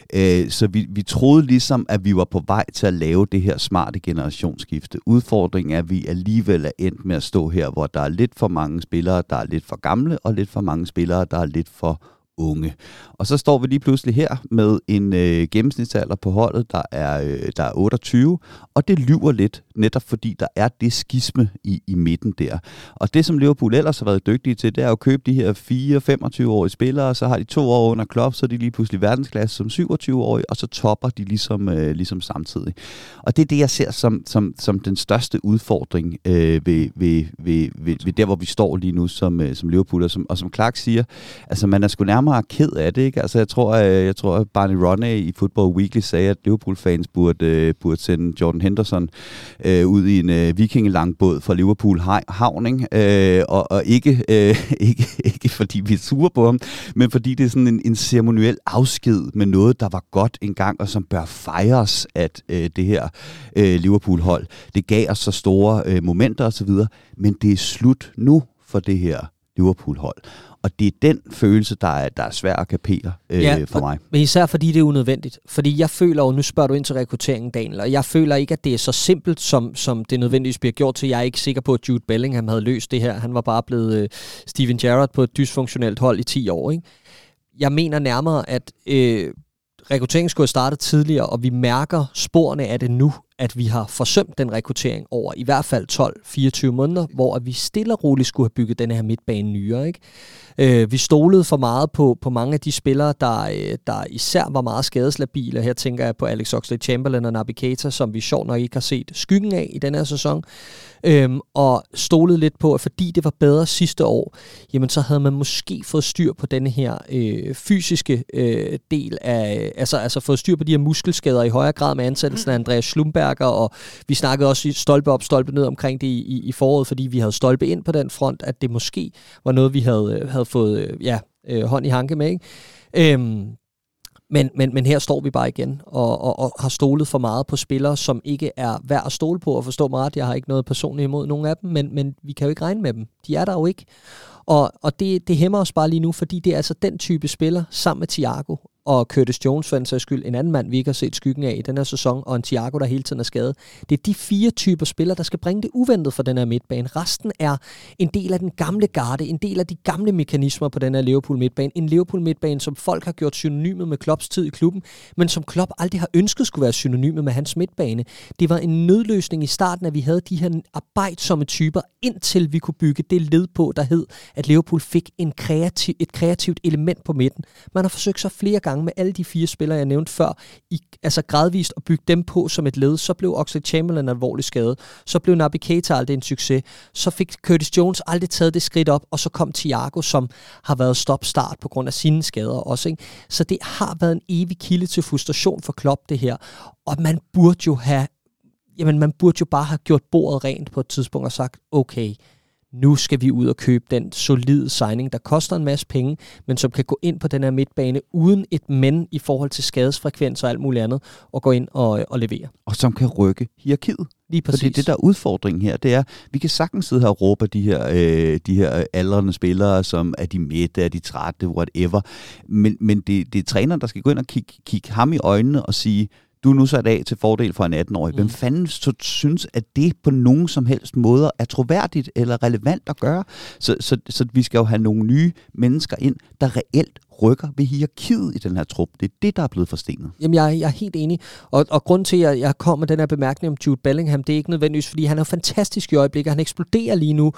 Så vi troede ligesom, at vi var på vej til at lave det her smarte generationsskifte. Udfordringen er, at vi alligevel er endt med at stå her, hvor der er lidt for mange spillere, der er lidt for gamle, og lidt for mange spillere, der er lidt for unge. Og så står vi lige pludselig her med en gennemsnitsalder på holdet, der er 28, og det lyver lidt, netop fordi der er det skisme i midten der. Og det, som Liverpool ellers har været dygtige til, det er at købe de her 4-25-årige spillere, og så har de 2 år under Klopp, så er de lige pludselig verdensklasse som 27-årige, og så topper de ligesom samtidig. Og det er det, jeg ser som den største udfordring ved der, hvor vi står lige nu som Liverpool, og som Clark siger, altså man er sgu nærmere ked af det, ikke? Altså jeg tror at Barney Ronay i Football Weekly sagde, at Liverpool-fans burde sende Jordan Henderson ud i en vikingelangbåd fra Liverpool havn, ikke? Og ikke fordi vi er sure på ham, men fordi det er sådan en ceremoniel afsked med noget, der var godt engang, og som bør fejres, at det her Liverpool-hold, det gav os så store momenter osv., men det er slut nu for det her Liverpool-hold. Og det er den følelse, der er svær at kapere for mig. Men især fordi det er unødvendigt. Fordi jeg føler jo, nu spørger du ind til rekrutteringen, Daniel, og jeg føler ikke, at det er så simpelt, som det nødvendigvis bliver gjort til. Jeg er ikke sikker på, at Jude Bellingham havde løst det her. Han var bare blevet Steven Gerrard på et dysfunktionelt hold i 10 år. Ikke? Jeg mener nærmere, at rekrutteringen skulle have startet tidligere, og vi mærker sporene af det nu, at vi har forsømt den rekruttering over i hvert fald 12-24 måneder, hvor vi stille og roligt skulle have bygget den her midtbane nyere. Ikke? Vi stolede for meget på mange af de spillere, der især var meget skadeslabile. Her tænker jeg på Alex Oxlade-Chamberlain og Naby Keita, som vi sjovt nok ikke har set skyggen af i den her sæson. Og stolede lidt på, at fordi det var bedre sidste år, jamen så havde man måske fået styr på denne her fysiske del af, altså fået styr på de her muskelskader i højere grad med ansættelsen af Andreas Schlumberger, og vi snakkede også stolpe op, stolpe ned omkring det i foråret, fordi vi havde stolpe ind på den front, at det måske var noget, vi havde fået hånd i hanke med, ikke? Men her står vi bare igen og har stolet for meget på spillere, som ikke er værd at stole på, og forstå mig ret, jeg har ikke noget personligt imod nogen af dem, men vi kan jo ikke regne med dem. De er der jo ikke. Og det hæmmer os bare lige nu, fordi det er altså den type spiller, sammen med Thiago og Curtis Jones, for en sags skyld, en anden mand, vi ikke har set skyggen af i den her sæson, og en Thiago, der hele tiden er skadet. Det er de 4 typer spillere, der skal bringe det uventet for den her midtbane. Resten er en del af den gamle garde, en del af de gamle mekanismer på den her Liverpool-midtbane. En Liverpool-midtbane, som folk har gjort synonymet med Klopps tid i klubben, men som Klopp aldrig har ønsket skulle være synonymet med hans midtbane. Det var en nødløsning i starten, at vi havde de her arbejdsomme typer, indtil vi kunne bygge det led på, der hed, at Liverpool fik et kreativt element på midten. Man har forsøgt så flere gange med alle de 4 spillere, jeg nævnte før, altså gradvist at bygge dem på som et led. Så blev Oxlade-Chamberlain alvorligt skadet. Så blev Naby Keita aldrig en succes. Så fik Curtis Jones aldrig taget det skridt op, og så kom Thiago, som har været stop-start på grund af sine skader også. Ikke? Så det har været en evig kilde til frustration for Klopp, det her. Og man burde jo bare have gjort bordet rent på et tidspunkt og sagt, okay, nu skal vi ud og købe den solide signing, der koster en masse penge, men som kan gå ind på den her midtbane uden et men i forhold til skadesfrekvens og alt muligt andet, og gå ind og levere. Og som kan rykke hierarkiet. Lige præcis. Fordi det der udfordring her, det er, vi kan sagtens sidde her og råbe de her aldrende spillere, som er de mætte, er de trætte, whatever. Men det er træneren, der skal gå ind og kigge ham i øjnene og sige, du er nu sat af til fordel for en 18-årig. Hvem fanden synes, at det på nogen som helst måder er troværdigt eller relevant at gøre? Så vi skal jo have nogle nye mennesker ind, der reelt rykker ved hierarkiet i den her trup. Det er det, der er blevet forstenet. Jamen, jeg er helt enig. Og grund til, at jeg kom med den her bemærkning om Jude Bellingham, det er ikke nødvendigvis, fordi han er fantastisk i øjeblikket. Han eksploderer lige nu,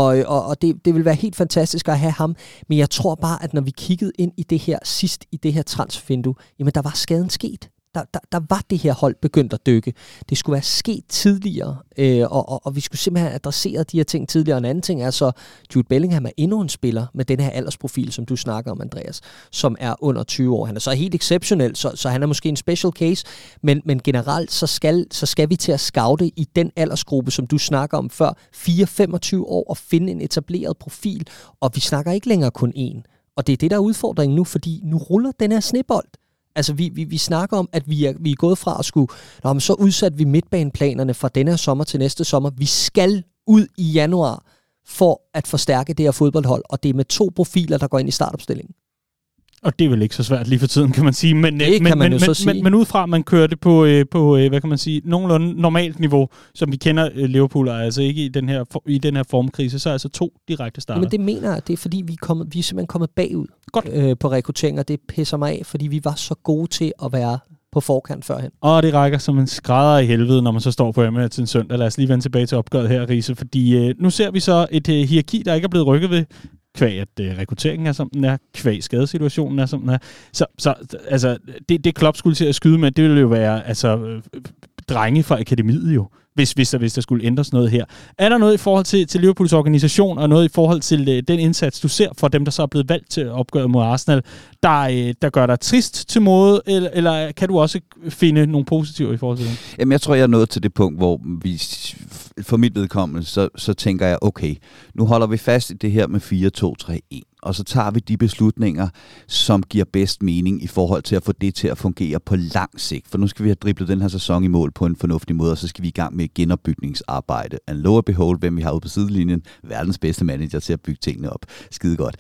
og det vil være helt fantastisk at have ham. Men jeg tror bare, at når vi kiggede ind i det her sidst, i det her transfervindue, jamen der var skaden sket. Der var det her hold begyndt at dykke. Det skulle være sket tidligere, og vi skulle simpelthen have adresseret de her ting tidligere. Og en anden ting er så, Jude Bellingham er endnu en spiller med den her aldersprofil, som du snakker om, Andreas, som er under 20 år. Han er så helt exceptionel, så han er måske en special case, men generelt så skal vi til at scoute i den aldersgruppe, som du snakker om før, 4-25 år, og finde en etableret profil, og vi snakker ikke længere kun én. Og det er det, der er udfordringen nu, fordi nu ruller den her snebold. Altså, vi snakker om, at vi er gået fra at skulle... så udsatte vi midtbaneplanerne fra denne her sommer til næste sommer. Vi skal ud i januar for at forstærke det her fodboldhold, og det er med 2 profiler, der går ind i startopstillingen. Og det er vel ikke så svært lige for tiden, kan man sige. Men udefra, man kører det på hvad kan man sige, nogenlunde normalt niveau, som vi kender Liverpool, altså ikke i den her formkrise, så er altså 2 direkte starter. Men det mener jeg, det er fordi, vi er simpelthen kommet bagud på rekruttering, og det pisser mig af, fordi vi var så gode til at være på forkant førhen. Og det rækker som en skrædder i helvede, når man så står på hjemme til en søndag. Lad os lige vende tilbage til opgøret her, Riese, fordi nu ser vi så et hierarki, der ikke er blevet rykket ved, kvæg at rekrutteringen er, som den er, kvæg skadesituationen er, som den er. Så altså, det Klopp skulle til at skyde med, det ville jo være drenge fra akademiet jo, hvis der skulle ændres noget her. Er der noget i forhold til Liverpools organisation, og noget i forhold til den indsats, du ser for dem, der så er blevet valgt til opgøret mod Arsenal, der gør dig trist til måde, eller kan du også finde nogle positiver i forhold til det? Jamen, jeg tror, jeg er nået til det punkt, hvor vi, for mit vedkommende, så tænker jeg, okay, nu holder vi fast i det her med 4-2-3-1. Og så tager vi de beslutninger, som giver bedst mening i forhold til at få det til at fungere på lang sigt. For nu skal vi have driblet den her sæson i mål på en fornuftig måde, og så skal vi i gang med et genopbygningsarbejde. And lo and behold, hvem vi har ude på sidelinjen, verdens bedste manager til at bygge tingene op. Skide godt.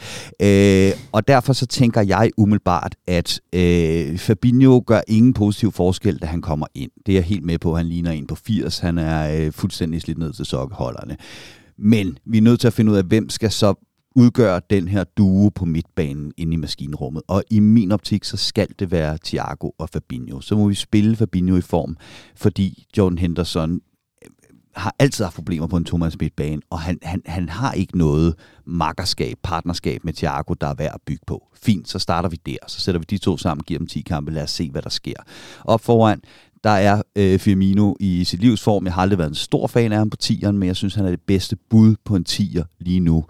Og derfor så tænker jeg umiddelbart, at Fabinho gør ingen positiv forskel, da han kommer ind. Det er jeg helt med på. Han ligner en på 80. Han er fuldstændig slidt ned til sokkeholderne. Men vi er nødt til at finde ud af, hvem skal så udgør den her duo på midtbanen inde i maskinrummet. Og i min optik, så skal det være Thiago og Fabinho. Så må vi spille Fabinho i form, fordi Jordan Henderson har altid haft problemer på en Thomas midtbane, og han har ikke noget partnerskab med Thiago, der er værd at bygge på. Fint, så starter vi der. Så sætter vi de 2 sammen, giver dem 10 kampe, lad os se, hvad der sker. Op foran, der er Firmino i sit livs form. Jeg har aldrig været en stor fan af ham på 10'eren, men jeg synes, han er det bedste bud på en 10'er lige nu.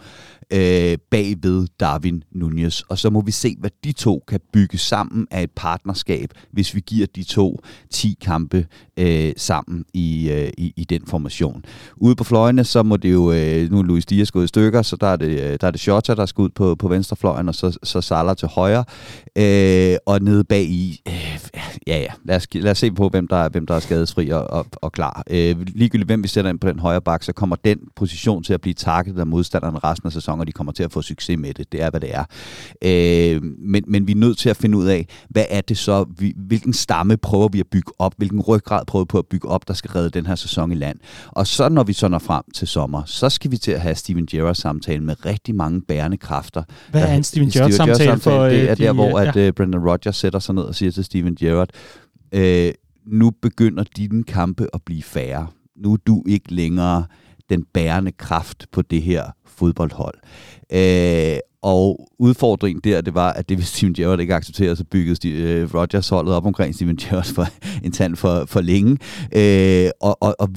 Bagved Darwin Núñez. Og så må vi se, hvad de 2 kan bygge sammen af et partnerskab, hvis vi giver de 2 10 kampe sammen i den formation. Ude på fløjene, så må det jo, nu er Luis Diaz gået i stykker, så der er det Jota, der skal ud på venstrefløjen, og så Salah til højre. Og nede bag i, lad os se på, hvem der er skadesfri og klar. Ligegyldigt hvem vi sætter ind på den højre bak, så kommer den position til at blive targetet af modstanderen resten af sæsonen, og de kommer til at få succes med det. Det er, hvad det er. Men vi er nødt til at finde ud af, hvad er det så, hvilken stamme prøver vi at bygge op, hvilken ryggrad prøver vi på at bygge op, der skal redde den her sæson i land. Og så når vi så når frem til sommer, så skal vi til at have Steven Gerrard-samtalen med rigtig mange bærende kræfter. Hvad er en Steven Gerrard-samtale for? Det er der, hvor Brendan Rodgers sætter sig ned og siger til Steven Gerrard, nu begynder dine kampe at blive færre. Nu er du ikke længere den bærende kraft på det her fodboldhold. Og udfordringen der, det var, at det hvis Steven Gerrard ikke accepterede, så byggede Rodgers holdet op omkring Steven Gerrard for en tand for længe. Og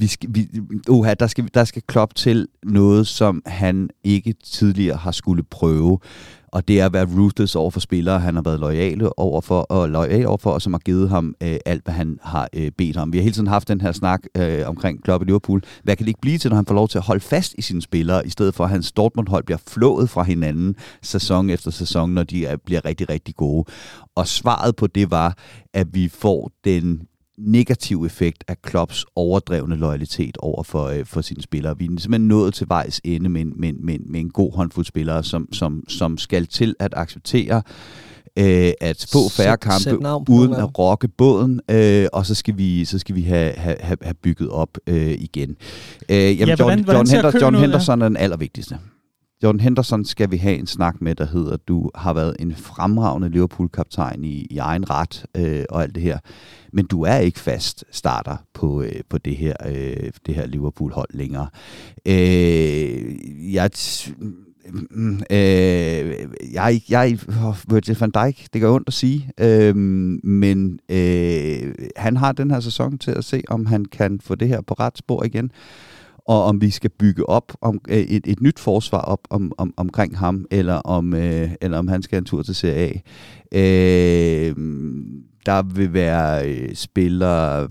der skal Klopp til noget, som han ikke tidligere har skulle prøve. Og det er at være ruthless over for spillere, han har været lojal overfor, og som har givet ham alt, hvad han har bedt ham. Vi har hele tiden haft den her snak omkring Klopp i Liverpool. Hvad kan det ikke blive til, når han får lov til at holde fast i sine spillere, i stedet for at hans Dortmund-hold bliver flået fra hinanden sæson efter sæson, når de bliver rigtig, rigtig gode. Og svaret på det var, at vi får den negativ effekt af Klopps overdrevne loyalitet over for sine spillere. Vi er simpelthen nået til vejs ende med en god håndfuld spillere, som skal til at acceptere at få færre kampe uden at rokke båden, og så skal vi have bygget op igen. John Henderson er den allervigtigste. Jordan Henderson skal vi have en snak med, der hedder, du har været en fremragende Liverpool-kaptajn i egen ret og alt det her, men du er ikke fast starter på det her Liverpool-hold længere. Virgil van Dijk, det gør ondt at sige, men han har den her sæson til at se, om han kan få det her på ret spor igen, og om vi skal bygge op om et nyt forsvar op omkring ham, eller om han skal en tur til Serie A. Der vil være spillere...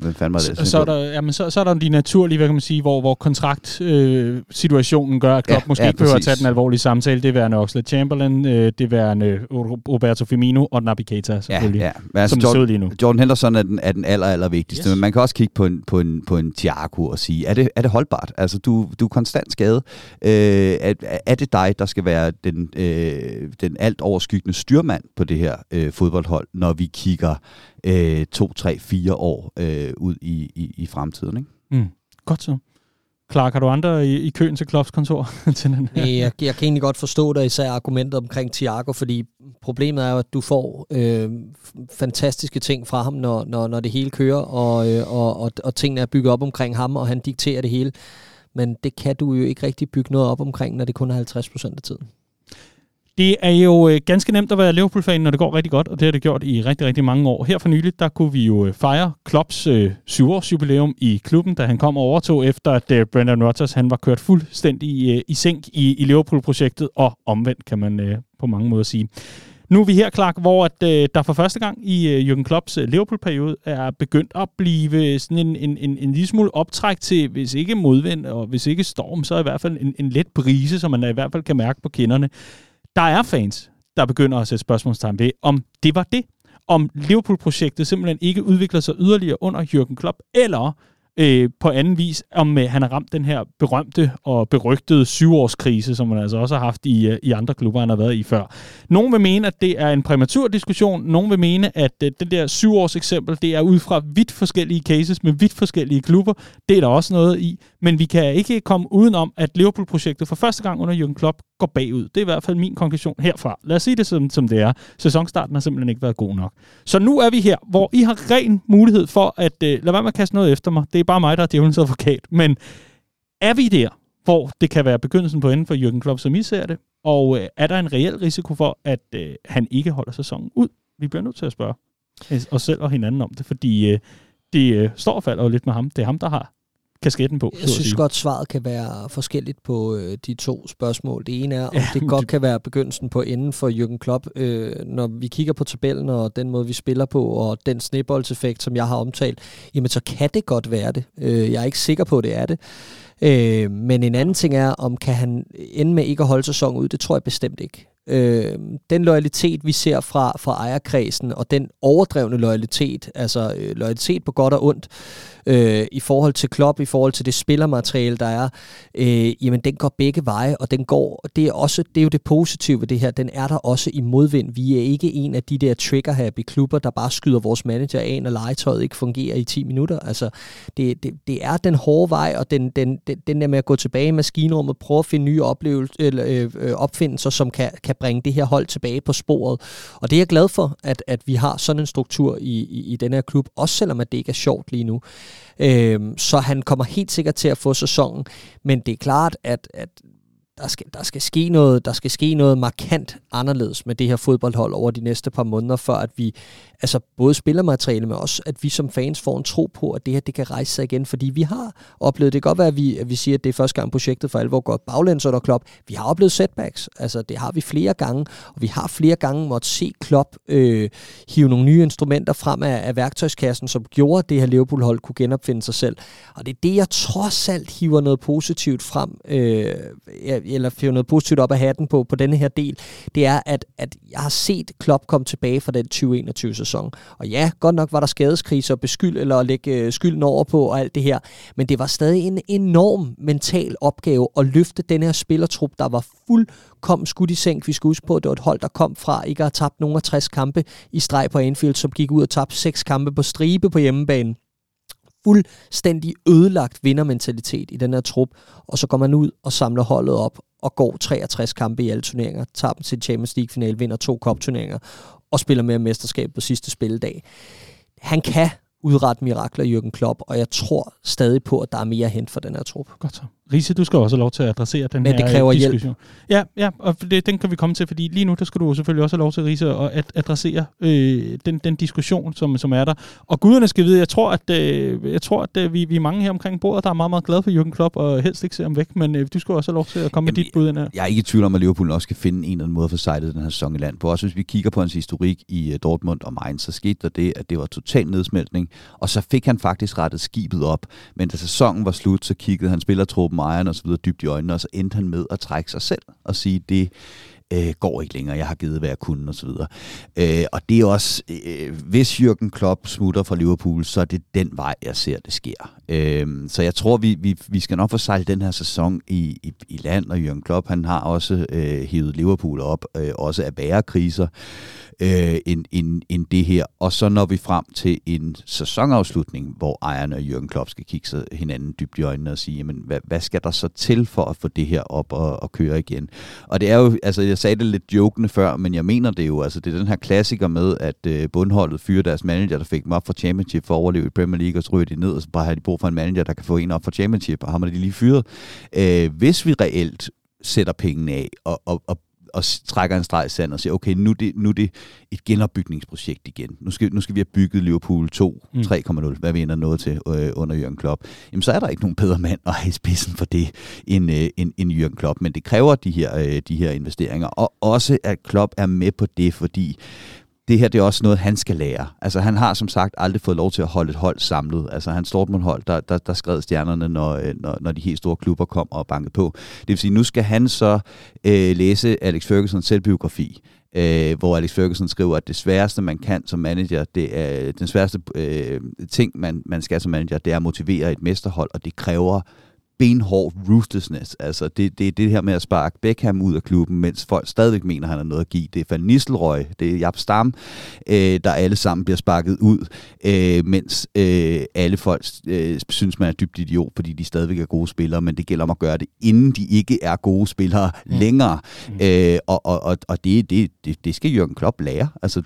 Så er der de naturlige, hvad kan man sige, hvor kontraktsituationen gør, at Klopp måske ikke behøver at tage den alvorlige samtale. Det værende Oxlade-Chamberlain, det værende Roberto Firmino og Naby Keita, selvfølgelig. Altså, som det lige nu. Jordan Henderson er den aller vigtigste, men man kan også kigge på en Thiago og sige, er det holdbart? Altså, du er konstant skadet. Er det dig, der skal være den alt overskyggende styrmand på det her fodboldhold, når vi kigger 2, 3, 4 år ud i fremtiden, ikke? Godt så. Clark, har du andre i køen til Klopps kontor? Til den her? Jeg kan egentlig godt forstå dig, især argumentet omkring Thiago, fordi problemet er jo, at du får fantastiske ting fra ham, når det hele kører, og tingene er bygget op omkring ham, og han dikterer det hele. Men det kan du jo ikke rigtig bygge noget op omkring, når det kun er 50% af tiden. Det er jo ganske nemt at være Liverpool-fan, når det går rigtig godt, og det har det gjort i rigtig, rigtig mange år. Her for nyligt, der kunne vi jo fejre Klopps 7-års jubilæum i klubben, da han kom og overtog, efter at Brendan Rodgers han var kørt fuldstændig i sænk i Liverpool-projektet, og omvendt kan man på mange måder sige. Nu er vi her, Clark, hvor der for første gang i Jürgen Klopps Liverpool-periode er begyndt at blive sådan en lille smule optræk til, hvis ikke modvind og hvis ikke storm, så i hvert fald en let brise, som man i hvert fald kan mærke på kinderne. Der er fans, der begynder at sætte spørgsmålstegn ved, om det var det. Om Liverpool-projektet simpelthen ikke udvikler sig yderligere under Jürgen Klopp, eller på anden vis, om han har ramt den her berømte og berygtede 7-årskrise, som man altså også har haft i andre klubber, han har været i før. Nogle vil mene, at det er en præmatur diskussion. Nogle vil mene, at det der 7-års eksempel, det er ud fra vidt forskellige cases med vidt forskellige klubber. Det er der også noget i. Men vi kan ikke komme udenom, at Liverpool-projektet for første gang under Jürgen Klopp går bagud. Det er i hvert fald min konklusion herfra. Lad os sige det som det er. Sæsonstarten har simpelthen ikke været god nok. Så nu er vi her, hvor I har ren mulighed for at lade være med at kaste noget efter mig. Det er bare mig, der er djævelens advokat. Men er vi der, hvor det kan være begyndelsen på enden for Jürgen Klopp, som I ser det? Og er der en reel risiko for, at han ikke holder sæsonen ud? Vi bliver nødt til at spørge os selv og hinanden om det, fordi det står og falder jo lidt med ham. Det er ham, der har kasketten på. Jeg synes godt, svaret kan være forskelligt på de to spørgsmål. Det ene er, om det godt kan være begyndelsen på enden for Jürgen Klopp. Når vi kigger på tabellen og den måde, vi spiller på, og den sneboldeffekt, som jeg har omtalt, jamen så kan det godt være det. Jeg er ikke sikker på, at det er det. Men en anden ting er, om kan han ende med ikke at holde sæsonen ud, det tror jeg bestemt ikke. Den loyalitet, vi ser fra ejerkredsen, og den overdrevne loyalitet, altså loyalitet på godt og ondt, i forhold til Klopp, i forhold til det spillermateriale, der er, jamen den går begge veje, og det er jo det positive ved det her, den er der også i modvind. Vi er ikke en af de der trigger-happy klubber, der bare skyder vores manager af, når legetøjet ikke fungerer i 10 minutter. Altså, det er den hårde vej, og den der med at gå tilbage i maskinrummet, prøve at finde nye opfindelser, som kan bringe det her hold tilbage på sporet. Og det er jeg glad for, at vi har sådan en struktur i den her klub, også selvom at det ikke er sjovt lige nu. Så han kommer helt sikkert til at få sæsonen, men det er klart, at der skal ske noget markant anderledes med det her fodboldhold over de næste par måneder, for at vi, altså både spillermateriale, men også at vi som fans får en tro på, at det her, det kan rejse sig igen, fordi vi har oplevet, det kan godt være, at vi siger, at det er første gang projektet for alvor går baglæns under Klopp. Vi har oplevet setbacks, altså det har vi flere gange, og vi har flere gange måtte se Klopp hive nogle nye instrumenter frem af værktøjskassen, som gjorde, at det her Liverpool-hold kunne genopfinde sig selv. Og det er det, jeg trods alt hiver noget positivt frem, eller hiver noget positivt op af hatten på denne her del, det er, at jeg har set Klopp komme tilbage fra den 2021-sæson. Og ja, godt nok var der skadeskriser og beskyld, eller at lægge skylden over på og alt det her, men det var stadig en enorm mental opgave at løfte den her spillertrup, der var fuldkommen skudt i sænk. Vi skal huske på, at det var et hold, der kom fra ikke at have tabt nogen af 60 kampe i streg på Anfield, som gik ud og tabte 6 kampe på stribe på hjemmebane. Fuldstændig ødelagt vindermentalitet i den her trup, og så går man ud og samler holdet op og går 63 kampe i alle turneringer, tager dem til Champions League-finale, vinder 2 cup-turneringer og spiller med mesterskab på sidste spilledag. Han kan udrette mirakler, Jürgen Klopp, og jeg tror stadig på, at der er mere at hente for den her trup. Godt så. Riese, du skal også have lov til at adressere den her det kræver diskussion. Hjælp. Ja, og den kan vi komme til, fordi lige nu, der skal du selvfølgelig også have lov til, Riese, at adressere den diskussion, som er der. Og guderne skal vide, jeg tror, at vi er mange her omkring bordet, der er meget, meget glade for Jürgen Klopp, og helst ikke se ham væk, men du skal også have lov til at komme med dit bud ind her. Jeg er ikke i tvivl om, at Liverpool også skal finde en eller anden måde at få sejlet den her sæson i land på. Også hvis vi kigger på hans historik i Dortmund og Mainz, så skete der det, at det var total nedsmeltning, og så fik han faktisk rettet skibet op. Men da sæsonen var slut, så kiggede han spillertruppen, ejeren og så videre dybt i øjnene, og så endte han med at trække sig selv og sige, det går ikke længere, jeg har givet, hvad jeg kunne, og så videre. Og det er også, hvis Jürgen Klopp smutter fra Liverpool, så er det den vej, jeg ser, det sker. Så jeg tror, vi skal nok få sejlet den her sæson i land, og Jürgen Klopp, han har også hivet Liverpool op, også af værre kriser, end det her. Og så når vi frem til en sæsonafslutning, hvor ejerne og Jürgen Klopp skal kigge sig hinanden dybt i øjnene og sige, jamen, hvad skal der så til for at få det her op og køre igen? Og det er jo, altså jeg sagde det lidt jokende før, men jeg mener det jo, altså det er den her klassiker med, at bundholdet fyrer deres manager, der fik dem op for Championship for at overleve i Premier League, og så ryger de ned, og så bare har de brug for en manager, der kan få en op for Championship, og ham er de lige fyret. Hvis vi reelt sætter pengene af, og trækker en streg i sand og siger, okay, nu er det et genopbygningsprojekt igen. Nu skal vi have bygget Liverpool 2, 3,0, hvad vi ender noget til under Jürgen Klopp. Jamen, så er der ikke nogen bedre mand at have i spidsen for det end Jürgen Klopp. Men det kræver de her investeringer. Og også, at Klopp er med på det, fordi det her, det er også noget, han skal lære. Altså, han har som sagt aldrig fået lov til at holde et hold samlet. Altså, hans Dortmund-hold, der skred stjernerne, når de helt store klubber kom og bankede på. Det vil sige, nu skal han så læse Alex Fergusons selvbiografi, hvor Alex Ferguson skriver, at det sværeste, man kan som manager, det er den sværeste ting, man skal som manager, det er at motivere et mesterhold, og det kræver benhård ruthlessness. Altså, det er det her med at sparke Beckham ud af klubben, mens folk stadigvæk mener, han har noget at give. Det er Van Nistelrooy, det er Jaap Stam, der alle sammen bliver sparket ud, mens alle folk synes, man er dybt idiot, fordi de stadigvæk er gode spillere, men det gælder om at gøre det, inden de ikke er gode spillere længere. Og det skal Jürgen Klopp lære. Altså,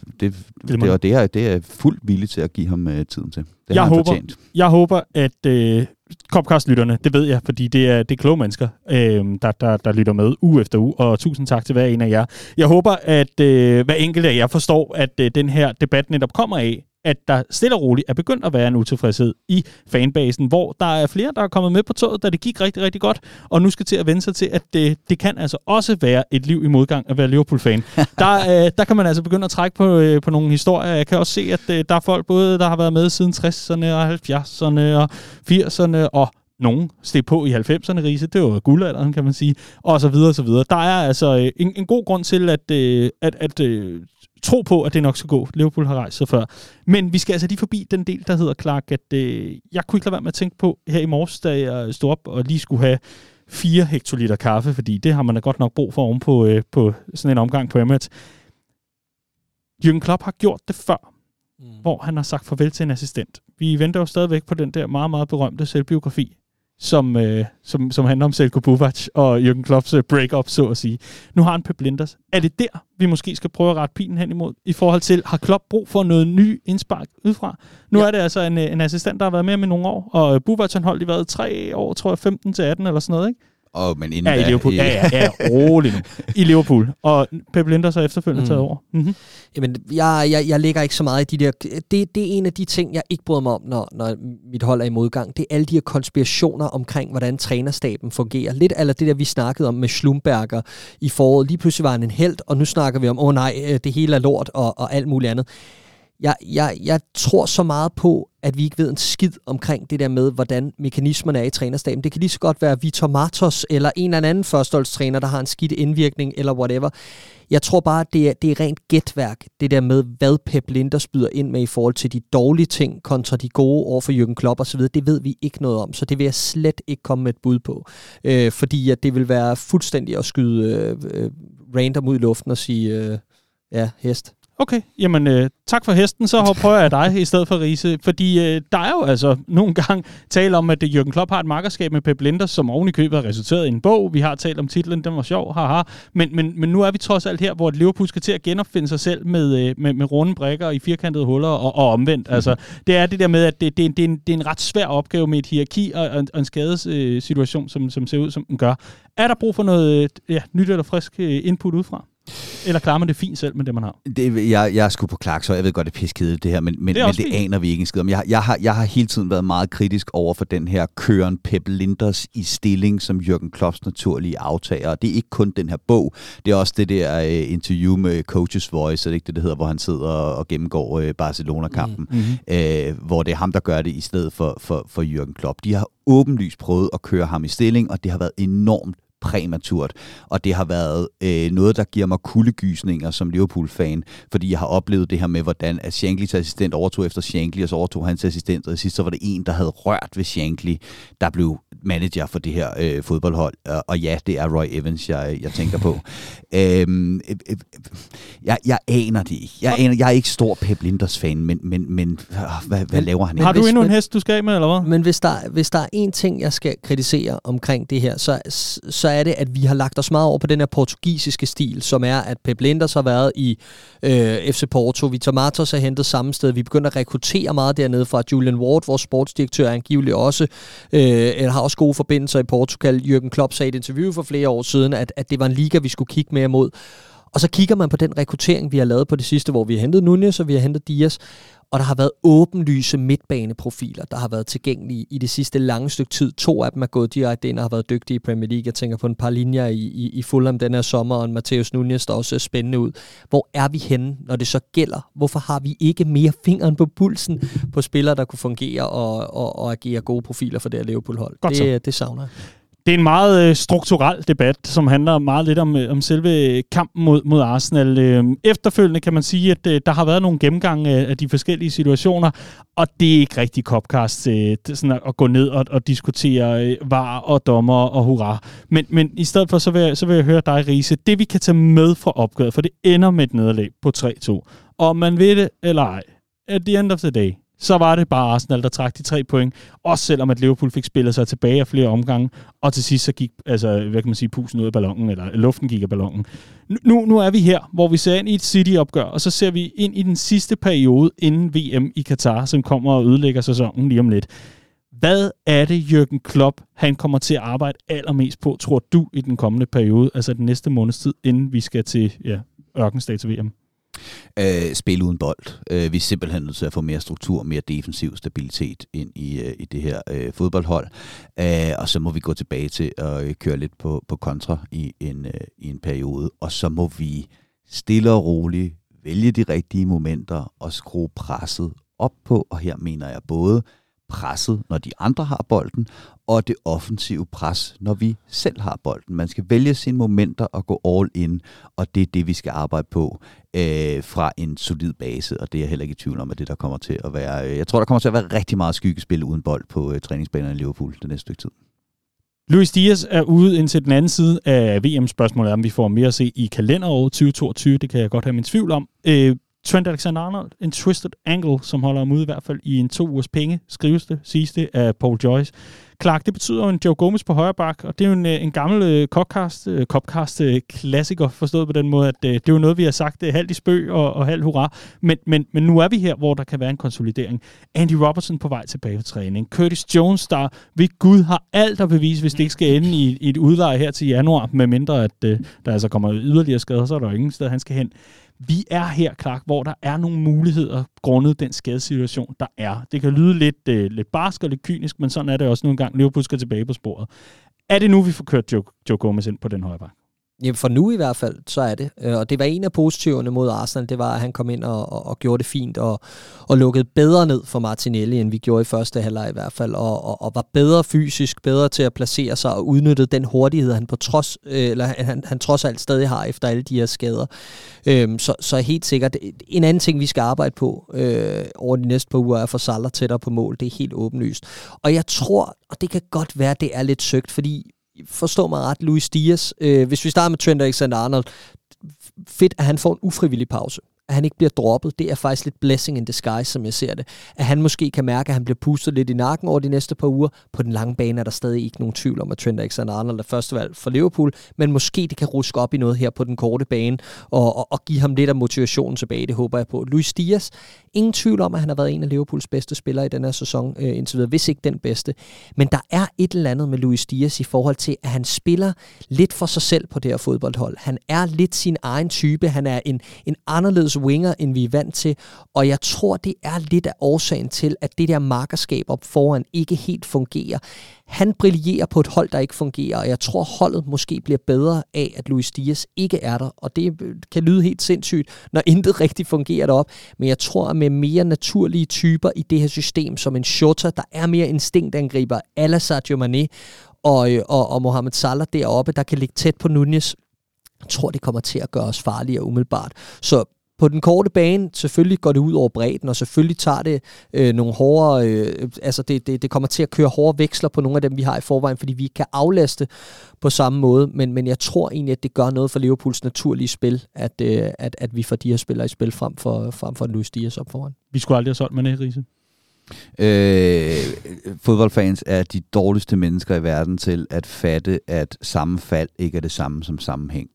det er jeg fuldt villig til at give ham tiden til. Jeg håber, at Copcast-lytterne, det ved jeg, fordi det er kloge mennesker, der lytter med uge efter uge, og tusind tak til hver en af jer. Jeg håber, at hver enkelt af jer forstår, at den her debat netop kommer af, at der stille og roligt er begyndt at være en utilfredshed i fanbasen, hvor der er flere, der er kommet med på toget, da det gik rigtig, rigtig godt, og nu skal til at vende sig til, at det kan altså også være et liv i modgang at være Liverpool-fan. Der kan man altså begynde at trække på nogle historier. Jeg kan også se, at der er folk både, der har været med siden 60'erne og 70'erne og 80'erne, og nogen steg på i 90'erne, Riese. Det var guldalderen, kan man sige, og så videre, og så videre. Der er altså en god grund til at tro på, at det nok skal gå. Liverpool har rejst sig før. Men vi skal altså lige forbi den del, der hedder, Clark, at jeg kunne ikke lade være med at tænke på her i morges, da jeg stod op og lige skulle have 4 hektoliter kaffe, fordi det har man da godt nok brug for oven på sådan en omgang på Emirates. Jürgen Klopp har gjort det før, hvor han har sagt farvel til en assistent. Vi venter jo stadigvæk på den der meget, meget berømte selvbiografi, som handler om Željko Buvac og Jürgen Klopps break-up, så at sige. Nu har han Pep Linders. Er det der, vi måske skal prøve at rette pilen hen imod, i forhold til, har Klopp brug for noget ny indspark udefra? Nu er det altså en assistent, der har været med nogle år, og Buvac han holdt i været 3 år, tror jeg, 15 til 18 eller sådan noget, ikke? Men inden i Liverpool. Ja, roligt nu. I Liverpool. Og Pep Linders er efterfølgende taget over. Mm-hmm. Jamen, jeg lægger ikke så meget i de der... Det er en af de ting, jeg ikke bryder mig om, når mit hold er i modgang. Det er alle de her konspirationer omkring, hvordan trænerstaben fungerer. Lidt eller det der, vi snakkede om med Schlumberger i foråret. Lige pludselig var han en helt, og nu snakker vi om, det hele er lort og alt muligt andet. Jeg tror så meget på, at vi ikke ved en skid omkring det der med, hvordan mekanismerne er i trænerstaben. Det kan lige så godt være Vitor Matos eller en eller anden førsteholdstræner, der har en skidt indvirkning eller whatever. Jeg tror bare, det er rent gætværk, det der med, hvad Pep Linders byder ind med i forhold til de dårlige ting kontra de gode over for Jürgen Klopp osv. Det ved vi ikke noget om, så det vil jeg slet ikke komme med et bud på. Fordi at det vil være fuldstændig at skyde random ud i luften og sige, hest. Okay, jamen tak for hesten, så prøver jeg dig i stedet for Riese, fordi der er jo altså nogle gange tale om, at Jürgen Klopp har et makkerskab med Pep Linders, som oven i købet har resulteret i en bog. Vi har talt om titlen, den var sjov, haha. Men nu er vi trods alt her, hvor Liverpool skal til at genopfinde sig selv med runde brækker i firkantede huller og omvendt. Altså, det er det der med, at det er en ret svær opgave med et hierarki og en skadessituation, som ser ud, som den gør. Er der brug for noget nyt eller frisk input udefra? Eller klarer man det fint selv med det, man har? Jeg er sgu på klak, så jeg ved godt, det er piskedeligt det her, men det aner vi ikke en skid om. Jeg har hele tiden været meget kritisk over for den her køren Pep Linders i stilling som Jürgen Klopps naturlige aftager. Det er ikke kun den her bog, det er også det der interview med Coach's Voice, er det ikke det hedder, hvor han sidder og gennemgår Barcelona-kampen, hvor det er ham, der gør det i stedet for Jürgen Klopp. De har åbenlyst prøvet at køre ham i stilling, og det har været enormt præmaturt, og det har været noget, der giver mig kuldegysninger som Liverpool-fan, fordi jeg har oplevet det her med, hvordan at Shankleys assistent overtog efter Shankly, og så overtog hans assistent, og sidst så var det en, der havde rørt ved Shankly, der blev manager for det her fodboldhold, og ja, det er Roy Evans, jeg tænker på. Jeg aner det ikke. Jeg er ikke stor Pep Linders-fan, men hvad laver han? Har du endnu en hest, du skal af med, eller hvad? Men hvis der er en ting, jeg skal kritisere omkring det her, så er det, at vi har lagt os meget over på den her portugisiske stil, som er, at Pep Linders har været i FC Porto, Vitor Matos er hentet samme sted, vi begynder at rekruttere meget dernede fra. Julian Ward, vores sportsdirektør, er angiveligt også, har også gode forbindelser i Portugal. Jürgen Klopp sagde i et interview for flere år siden, at det var en liga, vi skulle kigge mere mod. Og så kigger man på den rekruttering, vi har lavet på det sidste, hvor vi har hentet Nunez, og vi har hentet Diaz, og der har været åbenlyse midtbaneprofiler, der har været tilgængelige i det sidste lange stykke tid. 2 af dem er gået direkte ind og har været dygtige i Premier League. Jeg tænker på en par linjer i Fulham den her sommer, og en Mateus Nunez, der også er spændende ud. Hvor er vi henne, når det så gælder? Hvorfor har vi ikke mere fingeren på pulsen på spillere, der kunne fungere og agere gode profiler for det her Liverpool-hold? Det savner jeg. Det er en meget strukturel debat, som handler meget lidt om selve kampen mod Arsenal. Efterfølgende kan man sige, at der har været nogle gennemgange af de forskellige situationer, og det er ikke rigtig Copcast sådan at gå ned og diskutere var og dommer og hurra. Men i stedet for, så vil jeg høre dig, Riese. Det vi kan tage med fra opgøret, for det ender med et nederlag på 3-2. Og man ved det eller ej, at the end of the day, så var det bare Arsenal, der trak de 3 point. Også selvom at Liverpool fik spillet sig tilbage af flere omgange. Og til sidst så gik, pusen ud af ballonen, eller luften gik af ballonen. Nu er vi her, hvor vi ser ind i et City-opgør, og så ser vi ind i den sidste periode inden VM i Katar, som kommer og ødelægger sæsonen lige om lidt. Hvad er det, Jürgen Klopp, han kommer til at arbejde allermest på, tror du, i den kommende periode, altså den næste måneds tid, inden vi skal til ørkenstats VM? Spil uden bold. Vi er simpelthen nødt til at få mere struktur, mere defensiv stabilitet ind i det her fodboldhold. Og så må vi gå tilbage til at køre lidt på kontra i en periode. Og så må vi stille og roligt vælge de rigtige momenter og skrue presset op på. Og her mener jeg både presset, når de andre har bolden, og det offensive pres, når vi selv har bolden. Man skal vælge sine momenter og gå all in, og det er det, vi skal arbejde på fra en solid base, og det er jeg heller ikke i tvivl om, at det der kommer til at være. Jeg tror, der kommer til at være rigtig meget skyggespil uden bold på træningsbanerne i Liverpool det næste stykke tid. Luis Diaz er ude indtil den anden side af VM-spørgsmålet, om vi får mere at se i kalenderåret 2022. Det kan jeg godt have min tvivl om. Trent Alexander-Arnold, en twisted ankle, som holder ham ude i hvert fald i en 2 ugers penge, skrives det, siges det af Paul Joyce. Clark, det betyder jo en Joe Gomez på højre bak, og det er jo en gammel Copcast-klassiker, forstået på den måde, at det er jo noget, vi har sagt halvt i spøg og halvt hurra, men nu er vi her, hvor der kan være en konsolidering. Andy Robertson på vej tilbage på træning. Curtis Jones, der ved Gud har alt at bevise, hvis det ikke skal ende i et udleje her til januar, medmindre at der altså kommer yderligere skader, så er der jo ingen sted, han skal hen. Vi er her, Clark, hvor der er nogle muligheder grundet den skadesituation, der er. Det kan lyde lidt barsk og lidt kynisk, men sådan er det også nogle gange. Liverpool skal tilbage på sporet. Er det nu, vi får kørt Joe Gomez ind på den højre bak? Ja, for nu i hvert fald, så er det. Og det var en af positiverne mod Arsenal, det var, at han kom ind og gjorde det fint, og lukkede bedre ned for Martinelli, end vi gjorde i første halvleg i hvert fald, og var bedre fysisk, bedre til at placere sig, og udnyttede den hurtighed, han trods alt stadig har efter alle de her skader. Så helt sikkert, en anden ting, vi skal arbejde på over de næste par uger, er at få Salah tættere på mål. Det er helt åbenlyst. Og jeg tror, og det kan godt være, det er lidt søgt, fordi forstå mig ret, Luis Diaz. Hvis vi starter med Trent Alexander-Arnold, fedt, at han får en ufrivillig pause. At han ikke bliver droppet, det er faktisk lidt blessing in disguise, som jeg ser det. At han måske kan mærke, at han bliver pustet lidt i nakken over de næste par uger. På den lange bane er der stadig ikke nogen tvivl om, at Trent Alexander-Arnold er førstevalg for Liverpool, men måske det kan ruske op i noget her på den korte bane, og give ham lidt af motivationen tilbage, det håber jeg på. Luis Diaz, ingen tvivl om, at han har været en af Liverpools bedste spillere i den her sæson indtil videre, hvis ikke den bedste. Men der er et eller andet med Luis Diaz i forhold til, at han spiller lidt for sig selv på det her fodboldhold. Han er lidt sin egen type, han er en anderledes winger, end vi er vant til, og jeg tror, det er lidt af årsagen til, at det der markerskab op foran ikke helt fungerer. Han brillerer på et hold, der ikke fungerer, og jeg tror, holdet måske bliver bedre af, at Luis Diaz ikke er der, og det kan lyde helt sindssygt, når intet rigtig fungerer derop, men jeg tror, at med mere naturlige typer i det her system, som en Jota, der er mere instinktangriber, a la Sadio Mane, og Mohamed Salah deroppe, der kan ligge tæt på Nunez, jeg tror, det kommer til at gøre os farligere umiddelbart. Så på den korte bane, selvfølgelig går det ud over bredden, og selvfølgelig tager det nogle hårdere, det kommer til at køre hårde veksler på nogle af dem, vi har i forvejen, fordi vi ikke kan aflaste på samme måde, men jeg tror egentlig, at det gør noget for Liverpools naturlige spil, at vi får de her spillere i spil frem for Luis Diaz op foran. Vi skulle aldrig have solgt Mané, Riise. Fodboldfans er de dårligste mennesker i verden til at fatte, at sammenfald ikke er det samme som sammenhæng.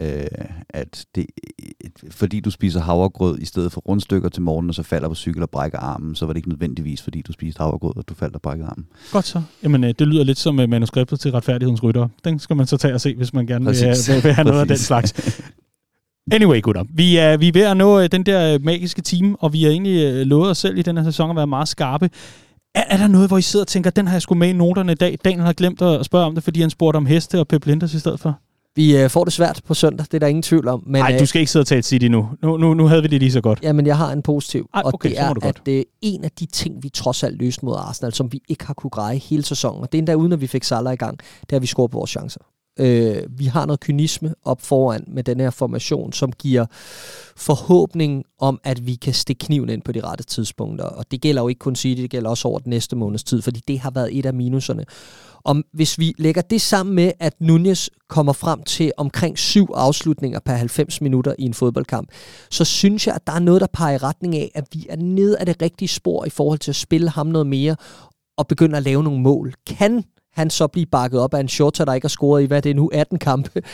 At det, fordi du spiser havregrød i stedet for rundstykker til morgen, og så falder på cykel og brækker armen, så var det ikke nødvendigvis, fordi du spiste havregrød, og du faldt og brækkede armen. Godt så. Jamen, det lyder lidt som manuskriptet til Retfærdighedens Rytter. Den skal man så tage og se, hvis man gerne vil have noget af den slags. Anyway, gutter. Vi er ved at nå den der magiske time, og vi har egentlig lovet os selv i den her sæson at være meget skarpe. Er der noget, hvor I sidder og tænker, den har jeg sgu med i noterne i dag? Daniel har glemt at spørge om det, fordi han spurgte om heste og Pep Linders i stedet for. Vi får det svært på søndag, det er der ingen tvivl om. Nej, du skal ikke sidde og tale City nu. Nu havde vi det lige så godt. Jamen, jeg har en positiv, og okay, det er, at det er en af de ting, vi trods alt løste mod Arsenal, som vi ikke har kunne greje hele sæsonen, og det er endda uden, at vi fik Salah i gang, det har vi scoret på vores chancer. Vi har noget kynisme op foran med den her formation, som giver forhåbning om, at vi kan stikke kniven ind på de rette tidspunkter. Og det gælder jo ikke kun City, det gælder også over den næste måneds tid, fordi det har været et af minuserne. Og hvis vi lægger det sammen med, at Nunez kommer frem til omkring 7 afslutninger per 90 minutter i en fodboldkamp, så synes jeg, at der er noget, der peger i retning af, at vi er nede af det rigtige spor i forhold til at spille ham noget mere og begynde at lave nogle mål. Kan han så blive bakket op af en Jota, der ikke har scoret i, hvad det er nu, 18 kampe,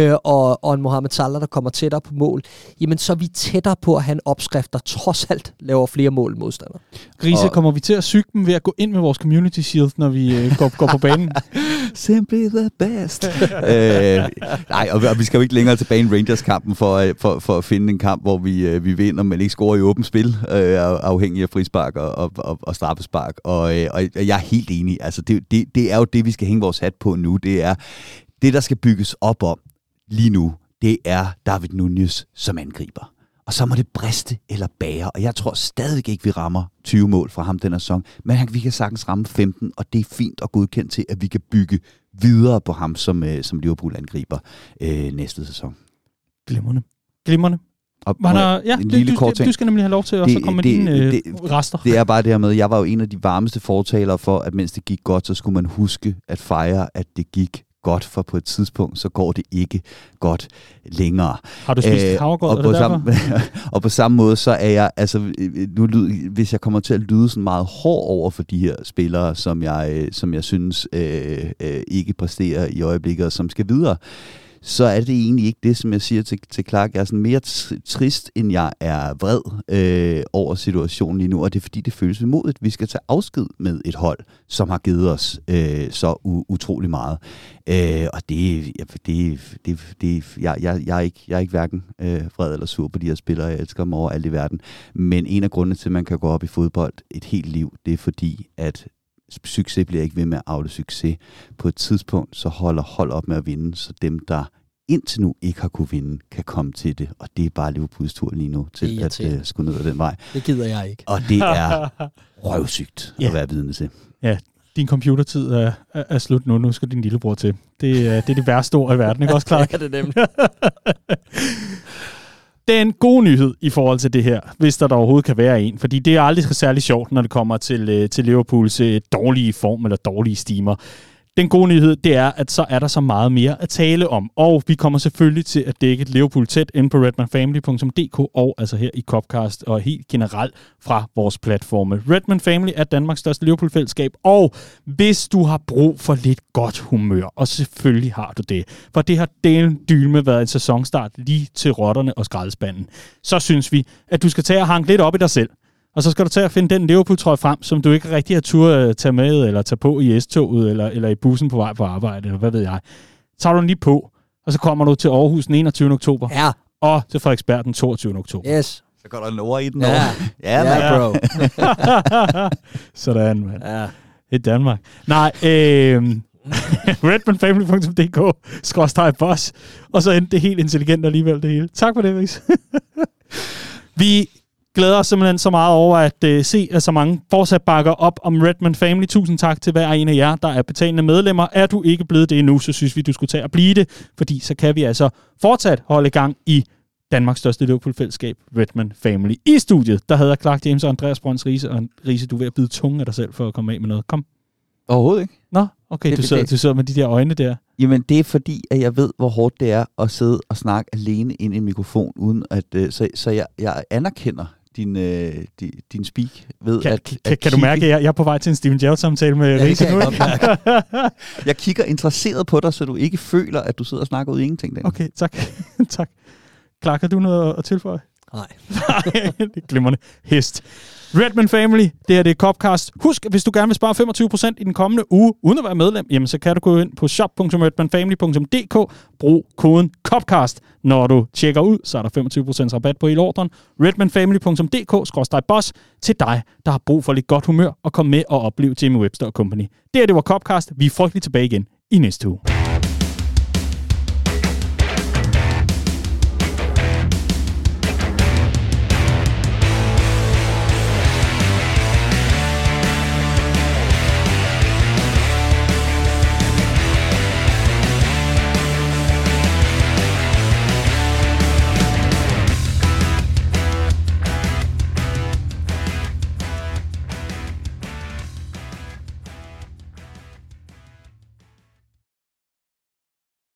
og en Mohamed Salah, der kommer tættere på mål, jamen så er vi tættere på at have en opskrift, der trods alt laver flere mål modstandere. Grise, kommer vi til at syge dem ved at gå ind med vores community shield, når vi går på banen? Simply the best. Nej, og vi skal jo ikke længere tilbage i Rangers-kampen for at finde en kamp, hvor vi vinder, men ikke scorer i åbent spil, afhængig af frispark og straffespark. Og jeg er helt enig. Altså, det er jo det, vi skal hænge vores hat på nu. Det er det, der skal bygges op om lige nu. Det er David Nunez som angriber. Og så må det briste eller bære. Og jeg tror stadig ikke, vi rammer 20 mål fra ham den her sæson. Men vi kan sagtens ramme 15, og det er fint og godkendt til, at vi kan bygge videre på ham som Liverpool-angriber næste sæson. Glimrende. Du skal nemlig have lov til, og så komme med dine rester. Det er bare det her med, jeg var jo en af de varmeste fortalere for, at mens det gik godt, så skulle man huske at fejre, at det gik godt, for på et tidspunkt, så går det ikke godt længere. Har du spist havregrød? Og på samme måde, så er jeg, altså, hvis jeg kommer til at lyde sådan meget hård over for de her spillere, som jeg synes ikke præsterer i øjeblikket, og som skal videre, så er det egentlig ikke det, som jeg siger til Clark. Jeg er sådan mere trist, end jeg er vred over situationen lige nu, og det er fordi, det føles vemodigt. Vi skal tage afsked med et hold, som har givet os så utrolig meget. Og jeg er ikke hverken vred eller sur på de her spillere. Jeg elsker dem over alt i verden. Men en af grundene til, at man kan gå op i fodbold et helt liv, det er fordi, at succes bliver ikke ved med at afle succes. På et tidspunkt, så holder hold op med at vinde, så dem, der indtil nu ikke har kunne vinde, kan komme til det. Og det er bare Liverpools tur lige nu til at skulle ned ad den vej. Det gider jeg ikke. Og det er røvsygt at være vidne til. Ja, din computertid er slut nu. Nu skal din lillebror til. Det er det værste ord i verden, ikke også, Clark? Ja, det er nemlig. Den gode nyhed i forhold til det her, hvis der overhovedet kan være en, fordi det er aldrig særlig sjovt, når det kommer til Liverpools dårlige form eller dårlige stimer. Den gode nyhed, det er, at så er der så meget mere at tale om, og vi kommer selvfølgelig til at dække Liverpool tæt ind på redmanfamily.dk og altså her i Copcast og helt generelt fra vores platforme. Redman Family er Danmarks største Liverpool-fællesskab, og hvis du har brug for lidt godt humør, og selvfølgelig har du det, for det har delen dylme været en sæsonstart lige til rotterne og skraldespanden, så synes vi, at du skal tage og hanke lidt op i dig selv. Og så skal du tage og finde den Liverpool-trøje frem, som du ikke rigtig har tur tage med, eller tage på i S-toget, eller i bussen på vej på arbejde, eller hvad ved jeg. Så tager du den lige på, og så kommer du til Aarhus den 21. oktober. Ja. Og til Frederiksberg den 22. oktober. Yes. Så går der en ord i den. Ja, ja bro. Sådan, mand. Ja. I Danmark. Nej, redmanfamily.dk/boss, og så endte det helt intelligent alligevel det hele. Tak for det, Ries. Vi glæder os simpelthen så meget over at se, at så mange fortsat bakker op om Redman Family. Tusind tak til hver en af jer, der er betalende medlemmer. Er du ikke blevet det endnu, så synes vi, du skulle tage og blive det, fordi så kan vi altså fortsat holde i gang i Danmarks største Liverpool-fællesskab, Redman Family. I studiet, der hedder Clark James og Andreas Brøns Riise. Og Riise, du er ved at bide tungen af dig selv for at komme af med noget. Kom. Overhovedet ikke. Nå, okay, du sidder med de der øjne der. Jamen, det er fordi, at jeg ved, hvor hårdt det er at sidde og snakke alene ind i en mikrofon, uden at, så jeg anerkender din speak ved kan du mærke, at jeg er på vej til en Steven Gerrard-samtale med Riise nu? Jeg kigger interesseret på dig, så du ikke føler, at du sidder og snakker ud i ingenting. Den. Okay, tak. Tak. Clark, har du noget at tilføje? Nej. Det er glimrende. Hest. Redman Family, det her det er Copcast. Husk, hvis du gerne vil spare 25% i den kommende uge, uden at være medlem, jamen så kan du gå ind på shop.redmanfamily.dk. Brug koden Copcast. Når du tjekker ud, så er der 25% rabat på hele ordren. redmanfamily.dk/boss til dig, der har brug for lidt godt humør og komme med og opleve Jamie Webster & Company. Det her, det var Copcast. Vi er frygteligt tilbage igen i næste uge.